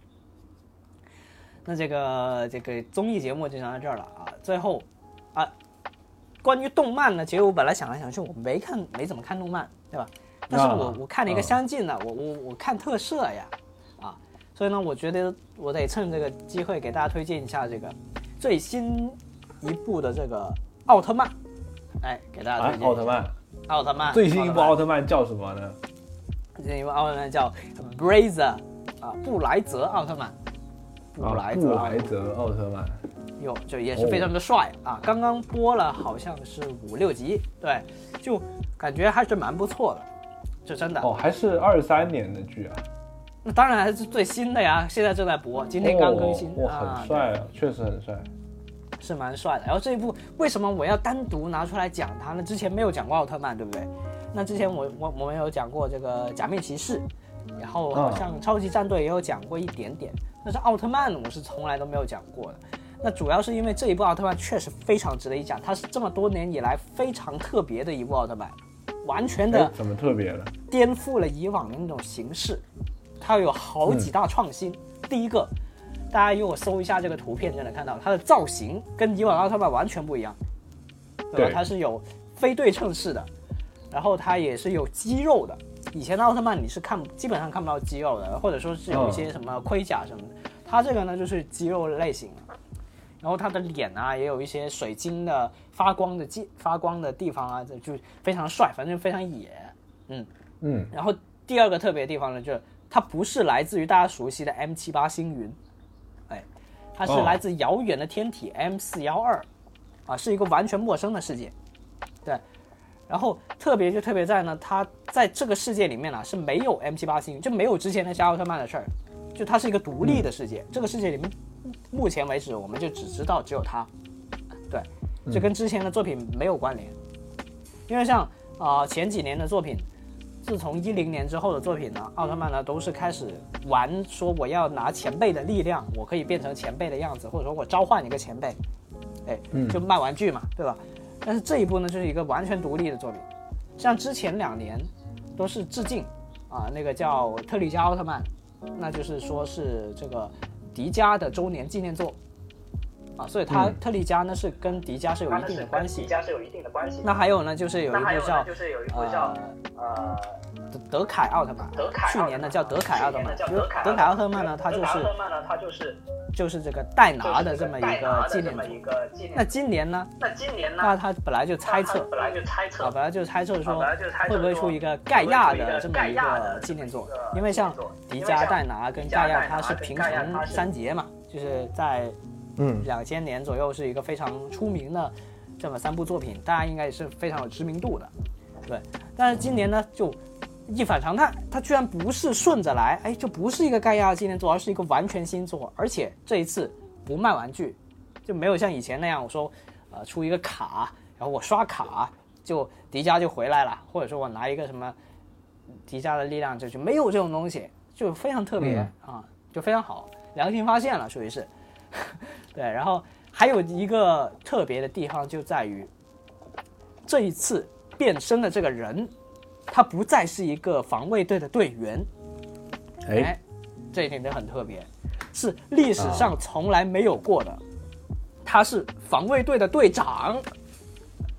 [SPEAKER 1] 综艺节目就讲到这儿了啊。最后关于动漫呢，其实我本来想来想去，我没怎么看动漫，对吧？但是我看了一个相近的，我看特摄呀，所以呢，我觉得我得趁这个机会给大家推荐一下这个最新一部的这个奥特曼，给大家推荐奥特曼
[SPEAKER 2] 最新一部奥特曼叫什么呢？
[SPEAKER 1] 最新一部奥特曼叫 Brazer 布莱泽奥特曼，布莱泽
[SPEAKER 2] 奥特曼。
[SPEAKER 1] 就也是非常的帅刚刚播了好像是5、6集，对，就感觉还是蛮不错的，就真的
[SPEAKER 2] 还是23年的剧啊？
[SPEAKER 1] 那当然还是最新的呀，现在正在播，今天刚更新，
[SPEAKER 2] 很帅确实很帅，
[SPEAKER 1] 是蛮帅的。然后这一部为什么我要单独拿出来讲它呢？之前没有讲过奥特曼，对不对？那之前我们有讲过这个假面骑士，然后好像超级战队也有讲过一点点，但是奥特曼我是从来都没有讲过的。那主要是因为这一部奥特曼确实非常值得一讲，它是这么多年以来非常特别的一部奥特曼，完全的
[SPEAKER 2] 怎么特别了？
[SPEAKER 1] 颠覆了以往的那种形式，它有好几大创新。第一个，大家如果搜一下这个图片就能看到，它的造型跟以往奥特曼完全不一样，对吧？它是有非对称式的，然后它也是有肌肉的。以前的奥特曼你是基本上看不到肌肉的，或者说是有一些什么盔甲什么的，它这个呢就是肌肉类型的。然后他的脸也有一些水晶的发光的地方就非常帅，反正非常野，然后第二个特别的地方呢，就是它不是来自于大家熟悉的 M78 星云，它是来自遥远的天体 M412，是一个完全陌生的世界，对。然后特别在呢，它在这个世界里面是没有 M78 星云，就没有之前那些奥特曼的事儿，就它是一个独立的世界，这个世界里面。目前为止我们就只知道只有他，对，这跟之前的作品没有关联，因为像前几年的作品，自从10年之后的作品呢，奥特曼呢都是开始玩说我要拿前辈的力量，我可以变成前辈的样子，或者说我召唤一个前辈，就卖玩具嘛，对吧？但是这一部呢就是一个完全独立的作品，像之前2年都是致敬那个叫特利迦奥特曼，那就是说是这个迪迦的周年纪念作所以特利迦呢是跟迪迦是有一定的关系。那还有呢，就是有一部叫德凯奥特曼，去年呢叫德凯奥特曼。德凯奥特曼呢，它就是这个戴拿的这么一个纪念作。那今年呢？那他本来就猜测说会不会出一个盖亚的这么一个纪念作，因为像迪迦、戴拿跟盖亚，它是平成3杰嘛，就是在2000年左右是一个非常出名的这么3部作品，大家应该也是非常有知名度的，对。但是今年呢，就一反常态，它居然不是顺着来，就不是一个盖亚纪念作，而是一个完全新作，而且这一次不卖玩具，就没有像以前那样我说出一个卡，然后我刷卡就迪迦就回来了，或者说我拿一个什么迪迦的力量就没有这种东西，就非常特别就非常好，良心发现了，属于是对。然后还有一个特别的地方就在于这一次变身的这个人，他不再是一个防卫队的队员，这一点就很特别，是历史上从来没有过的，他是防卫队的队长，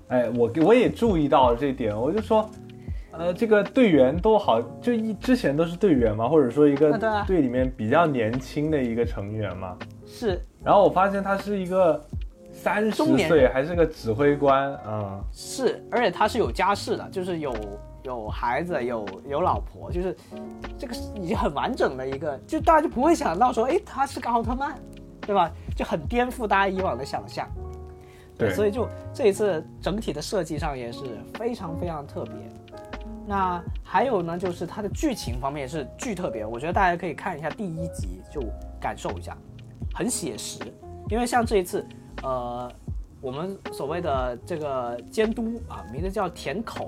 [SPEAKER 2] 哎，我也注意到了这一点，我就说，这个队员都好，就之前都是队员嘛，或者说一个队里面比较年轻的一个成员嘛。
[SPEAKER 1] 是。
[SPEAKER 2] 然后我发现他是一个30岁，还是个指挥官啊。
[SPEAKER 1] 是，而且他是有家室的，就是有孩子，有老婆，就是这个已经很完整的一个，就大家就不会想到说，哎，他是个奥特曼，对吧？就很颠覆大家以往的想象。
[SPEAKER 2] 对，
[SPEAKER 1] 所以就这一次整体的设计上也是非常非常特别。那还有呢，就是它的剧情方面也是巨特别，我觉得大家可以看一下第1集就感受一下，很写实。因为像这一次，我们所谓的这个监督啊，名字叫田口，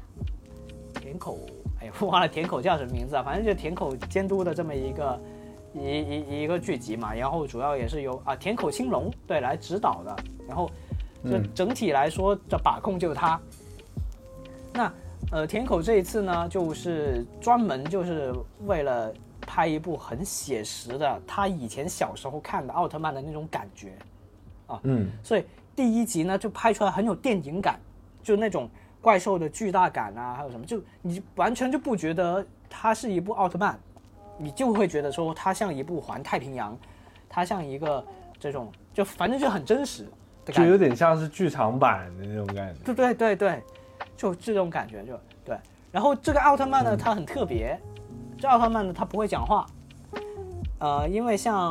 [SPEAKER 1] 哎呀，我忘了田口叫什么名字啊，反正就是田口监督的这么一个剧集嘛，然后主要也是由田口青龙对来指导的，然后就整体来说这把控就是他。那田口这一次呢，就是专门就是为了拍一部很写实的他以前小时候看的奥特曼的那种感觉啊，所以第1集呢就拍出来很有电影感，就那种怪兽的巨大感啊，还有什么，就你完全就不觉得它是一部奥特曼，你就会觉得说它像一部环太平洋，它像一个这种就反正就很真实的感觉，
[SPEAKER 2] 就有点像是剧场版的那种感觉。
[SPEAKER 1] 对，就这种感觉就对。然后这个奥特曼呢，它很特别，这奥特曼呢它不会讲话，因为像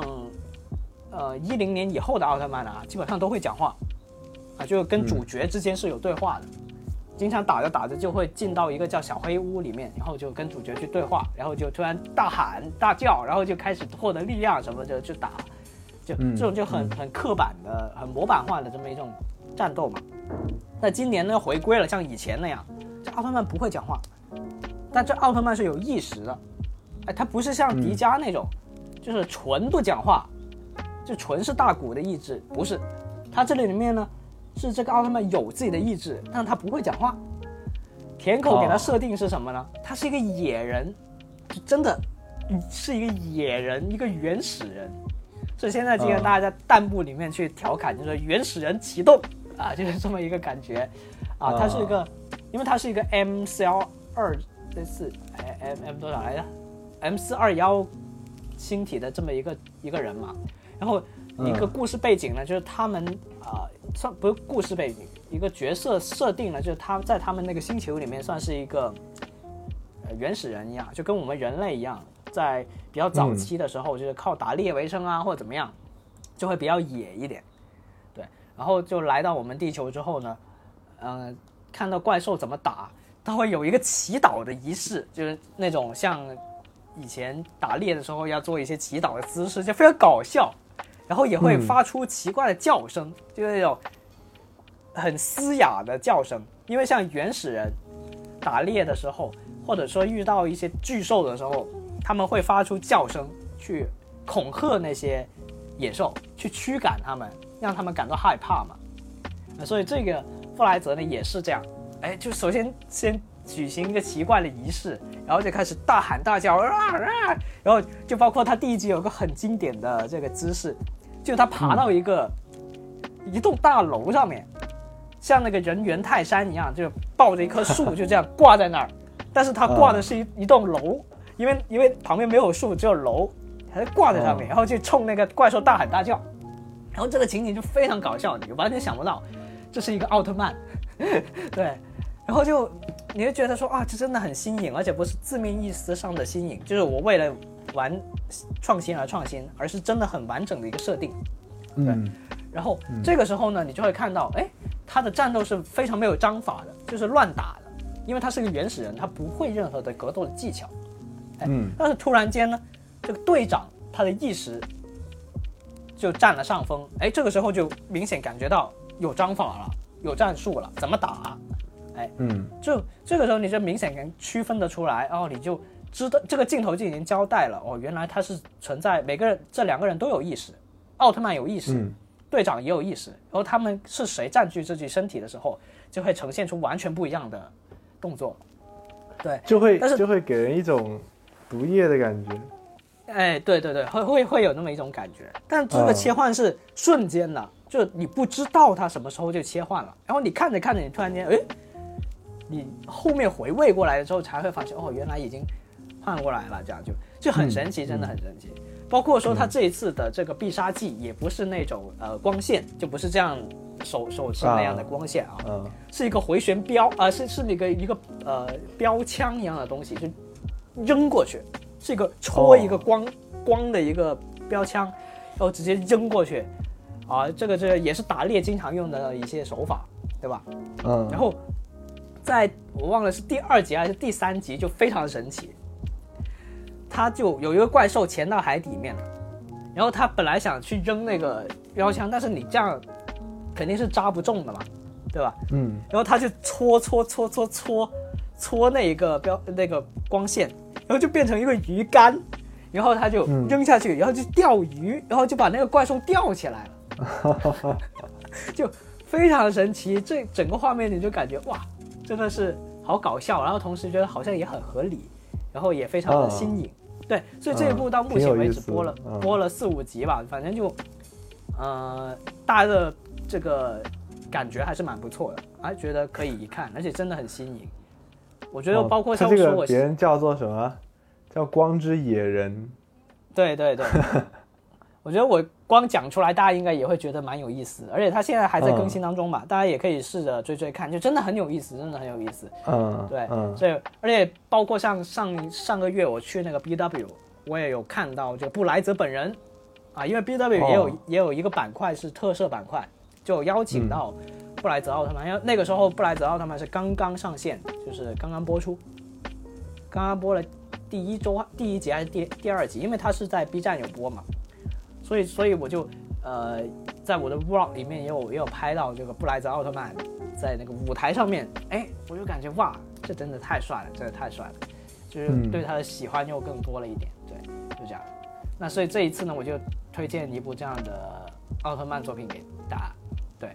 [SPEAKER 1] 10年以后的奥特曼啊，基本上都会讲话啊，就跟主角之间是有对话的。经常打着打着就会进到一个叫小黑屋里面，然后就跟主角去对话，然后就突然大喊大叫，然后就开始获得力量什么的就打，就这种就很刻板的、很模板化的这么一种战斗嘛。那今年呢回归了像以前那样，这奥特曼不会讲话，但这奥特曼是有意识的，哎，他不是像迪迦那种，就是纯不讲话，就纯是大古的意志，不是，他这里面呢。是这个奥特曼有自己的意志，但是他不会讲话。田口给他设定是什么呢？他是一个野人，就真的是一个野人，一个原始人。所以现在经常大家在弹幕里面去调侃，就是原始人启动啊，就是这么一个感觉啊。他是一个，因为他是一个 M412类似 M 多少来着 ？M421星体的这么一个人嘛。然后一个故事背景呢，就是他们算不是故事背景，一个角色设定呢，就是他在他们那个星球里面算是一个原始人一样，就跟我们人类一样，在比较早期的时候就是靠打猎为生啊，或者怎么样，就会比较野一点，对。然后就来到我们地球之后呢，看到怪兽怎么打，他会有一个祈祷的仪式，就是那种像以前打猎的时候要做一些祈祷的姿势，就非常搞笑。然后也会发出奇怪的叫声，就是那种很嘶哑的叫声。因为像原始人打猎的时候，或者说遇到一些巨兽的时候，他们会发出叫声去恐吓那些野兽，去驱赶他们，让他们感到害怕嘛。所以这个布莱泽呢也是这样，哎，就首先举行一个奇怪的仪式，然后就开始大喊大叫，然后就包括他第1集有个很经典的这个姿势，就是他爬到一栋大楼上面，像那个人猿泰山一样，就抱着一棵树就这样挂在那儿，但是他挂的是一栋楼，因为旁边没有树，只有楼，他就挂在上面，然后就冲那个怪兽大喊大叫，然后这个情景就非常搞笑，你完全想不到这是一个奥特曼，对。然后你会觉得说啊，这真的很新颖，而且不是字面意思上的新颖，就是我为了玩创新而创新，而是真的很完整的一个设定。对。然后这个时候呢，你就会看到，哎，他的战斗是非常没有章法的，就是乱打的，因为他是个原始人，他不会任何的格斗的技巧。但是突然间呢，这个队长他的意识就占了上风，哎，这个时候就明显感觉到有章法了，有战术了，怎么打？哎，就这个时候你就明显能区分得出来，然后你就知道这个镜头就已经交代了，哦，原来它是存在每个人这2个人都有意识，奥特曼有意识，队长也有意识，然后他们是谁占据自己身体的时候，就会呈现出完全不一样的动作，对，
[SPEAKER 2] 就会给人一种毒液的感觉。
[SPEAKER 1] 哎，对，会有那么一种感觉，但这个切换是瞬间的， 就你不知道它什么时候就切换了，然后你看着看着，你突然间，哎，你后面回味过来的时候才会发现，哦，原来已经换过来了，这样就很神奇，真的很神奇。包括说它这一次的这个必杀技也不是那种光线，就不是这样手持那样的光线啊，是一个回旋镖是那个一个标枪一样的东西，就扔过去，是一个戳一个光的一个标枪，然后直接扔过去啊，这个也是打猎经常用的一些手法，对吧？然后我忘了是第2集还是第3集，就非常神奇。他就有一个怪兽潜到海底面了，然后他本来想去扔那个标枪，但是你这样肯定是扎不中的嘛，对吧？然后他就搓那个光线，然后就变成一个鱼竿，然后他就扔下去，然后就钓鱼，然后就把那个怪兽钓起来了，就非常神奇。这整个画面你就感觉哇，真的是好搞笑，然后同时觉得好像也很合理，然后也非常的新颖。对，所以这一部到目前为止播了4-5集吧，反正就大家的这个感觉还是蛮不错的，还觉得可以一看，而且真的很新颖。我觉得包括像说
[SPEAKER 4] 别人叫做什么，叫光之野人。
[SPEAKER 1] 对我觉得我光讲出来大家应该也会觉得蛮有意思的，而且他现在还在更新当中吧，大家也可以试着追看，就真的很有意思，真的很有意思。对，所以而且包括像上个月我去那个 BW， 我也有看到这个布莱泽本人啊，因为 BW 也有一个板块是特摄板块，就邀请到布莱泽奥特曼，因为那个时候布莱泽奥特曼是刚刚上线，就是刚刚播出，刚刚播了第一集还是第2集，因为它是在 B 站有播嘛。所以我就在我的 vlog 里面也有拍到这个布莱泽奥特曼在那个舞台上面，我就感觉哇，这真的太帅了，真的太帅了，就是对他的喜欢又更多了一点，对，就这样。那所以这一次呢，我就推荐一部这样的奥特曼作品给大家，对，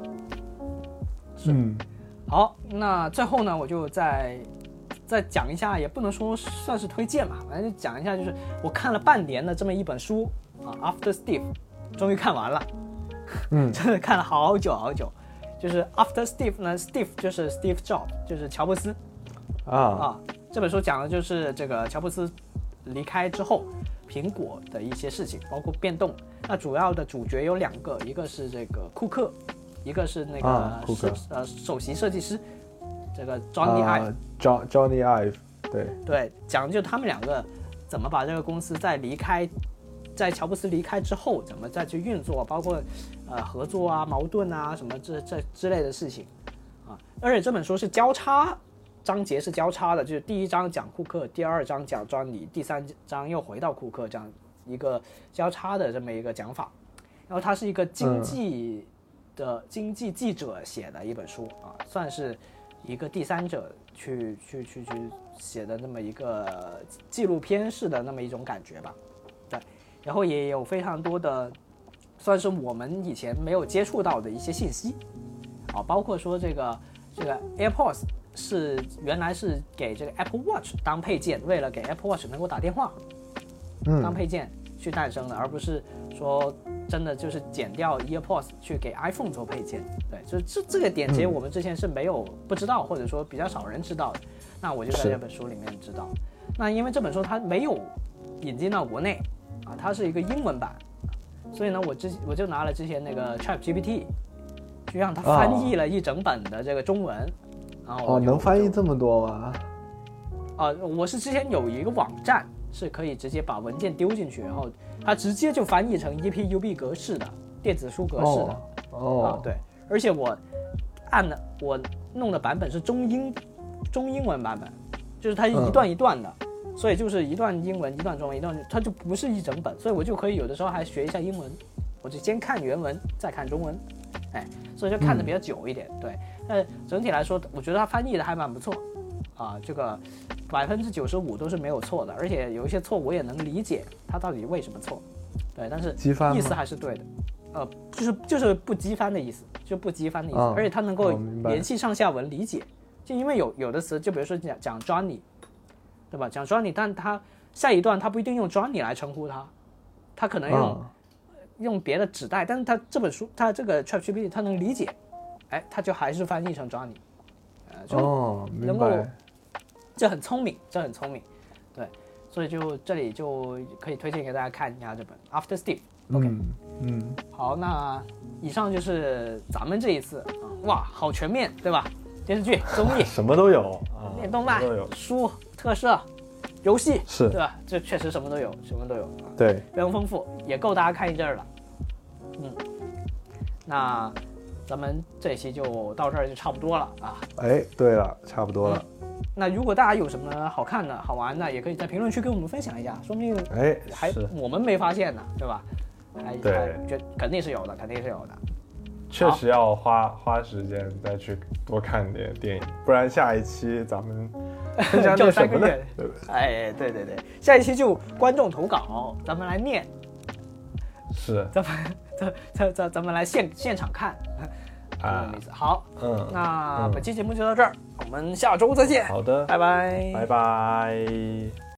[SPEAKER 1] 好，那最后呢，我就再讲一下，也不能说算是推荐嘛，反正讲一下，就是我看了半年的这么一本书。After Steve 终于看完了，真的看了好久好久。就是 After Steve 呢 ，Steve 就是 Steve Jobs， 就是乔布斯这本书讲的就是这个乔布斯离开之后，苹果的一些事情，包括变动。那主要的主角有2个，一个是这个库克，一个是那个首席设计师，这个 Johnny
[SPEAKER 4] Ive。Johnny Ive，
[SPEAKER 1] 对，讲的就是他们2个怎么把这个公司在乔布斯离开之后怎么再去运作，包括合作啊、矛盾啊什么这之类的事情啊。而且这本书是交叉章节，是交叉的，就是第1章讲库克，第2章讲庄尼，第3章又回到库克，这样一个交叉的这么一个讲法。然后它是一个经济记者写的一本书啊，算是一个第三者去写的那么一个纪录片式的那么一种感觉吧。对，然后也有非常多的算是我们以前没有接触到的一些信息啊，包括说这个 AirPods 原来是给这个 Apple Watch 当配件，为了给 Apple Watch 能够打电话当配件去诞生的，而不是说真的就是剪掉 AirPods 去给 iPhone 做配件。对，就这个点其实我们之前是不知道，或者说比较少人知道的。那我就在这本书里面知道。那因为这本书它没有引进到国内啊，它是一个英文版，所以呢我就拿了之前那个 ChatGPT 去让它翻译了一整本的这个中文。然后
[SPEAKER 4] 能翻译这么多吗？
[SPEAKER 1] 我是之前有一个网站是可以直接把文件丢进去，然后它直接就翻译成 EPUB 格式的电子书格式的。对，而且我弄的版本是中英文版本，就是它一段一段的，所以就是一段英文一段中文一段，它就不是一整本，所以我就可以有的时候还学一下英文，我就先看原文再看中文，所以就看得比较久一点。对，但整体来说我觉得它翻译的还蛮不错啊，这个95%都是没有错的，而且有一些错我也能理解它到底为什么错。对，但是意思还是对的。就是不激翻的意思，就不激翻的意思，而且它能够联系上下文理解。就因为有的词，就比如说讲 Johnny， 对吧？讲 Johnny， 但他下一段他不一定用 Johnny 来称呼他，他可能用别的指代，但是它这本书，它这个 ChatGPT 它能理解，哎，它就还是翻译成 Johnny，
[SPEAKER 4] 明白，
[SPEAKER 1] 这很聪明，这很聪明，对，所以就这里就可以推荐给大家看一下这本 After Steve。OK，好，那以上就是咱们这一次啊，哇，好全面，对吧？电视剧、综艺
[SPEAKER 4] 什么都有啊，
[SPEAKER 1] 动漫、书、特摄、游戏，
[SPEAKER 4] 是，
[SPEAKER 1] 对吧？这确实什么都有，什么都有，
[SPEAKER 4] 对，
[SPEAKER 1] 非常丰富，也够大家看一阵儿了。那咱们这一期就到这儿就差不多了啊。
[SPEAKER 4] 哎，对了，差不多了。
[SPEAKER 1] 那如果大家有什么好看的好玩的，也可以在评论区跟我们分享一下，说不定还我们没发现呢，对吧？
[SPEAKER 4] 对，
[SPEAKER 1] 肯定是有的，肯定是有的。
[SPEAKER 4] 确实要花时间再去多看点电影，不然下一期咱们分享点什么呢？对不对？
[SPEAKER 1] 哎，对，下一期就观众投稿，咱们来念。
[SPEAKER 4] 是，
[SPEAKER 1] 咱们来现场看。好，那本期节目就到这儿，我们下周再见。
[SPEAKER 4] 好的，
[SPEAKER 1] 拜拜，
[SPEAKER 4] 拜拜。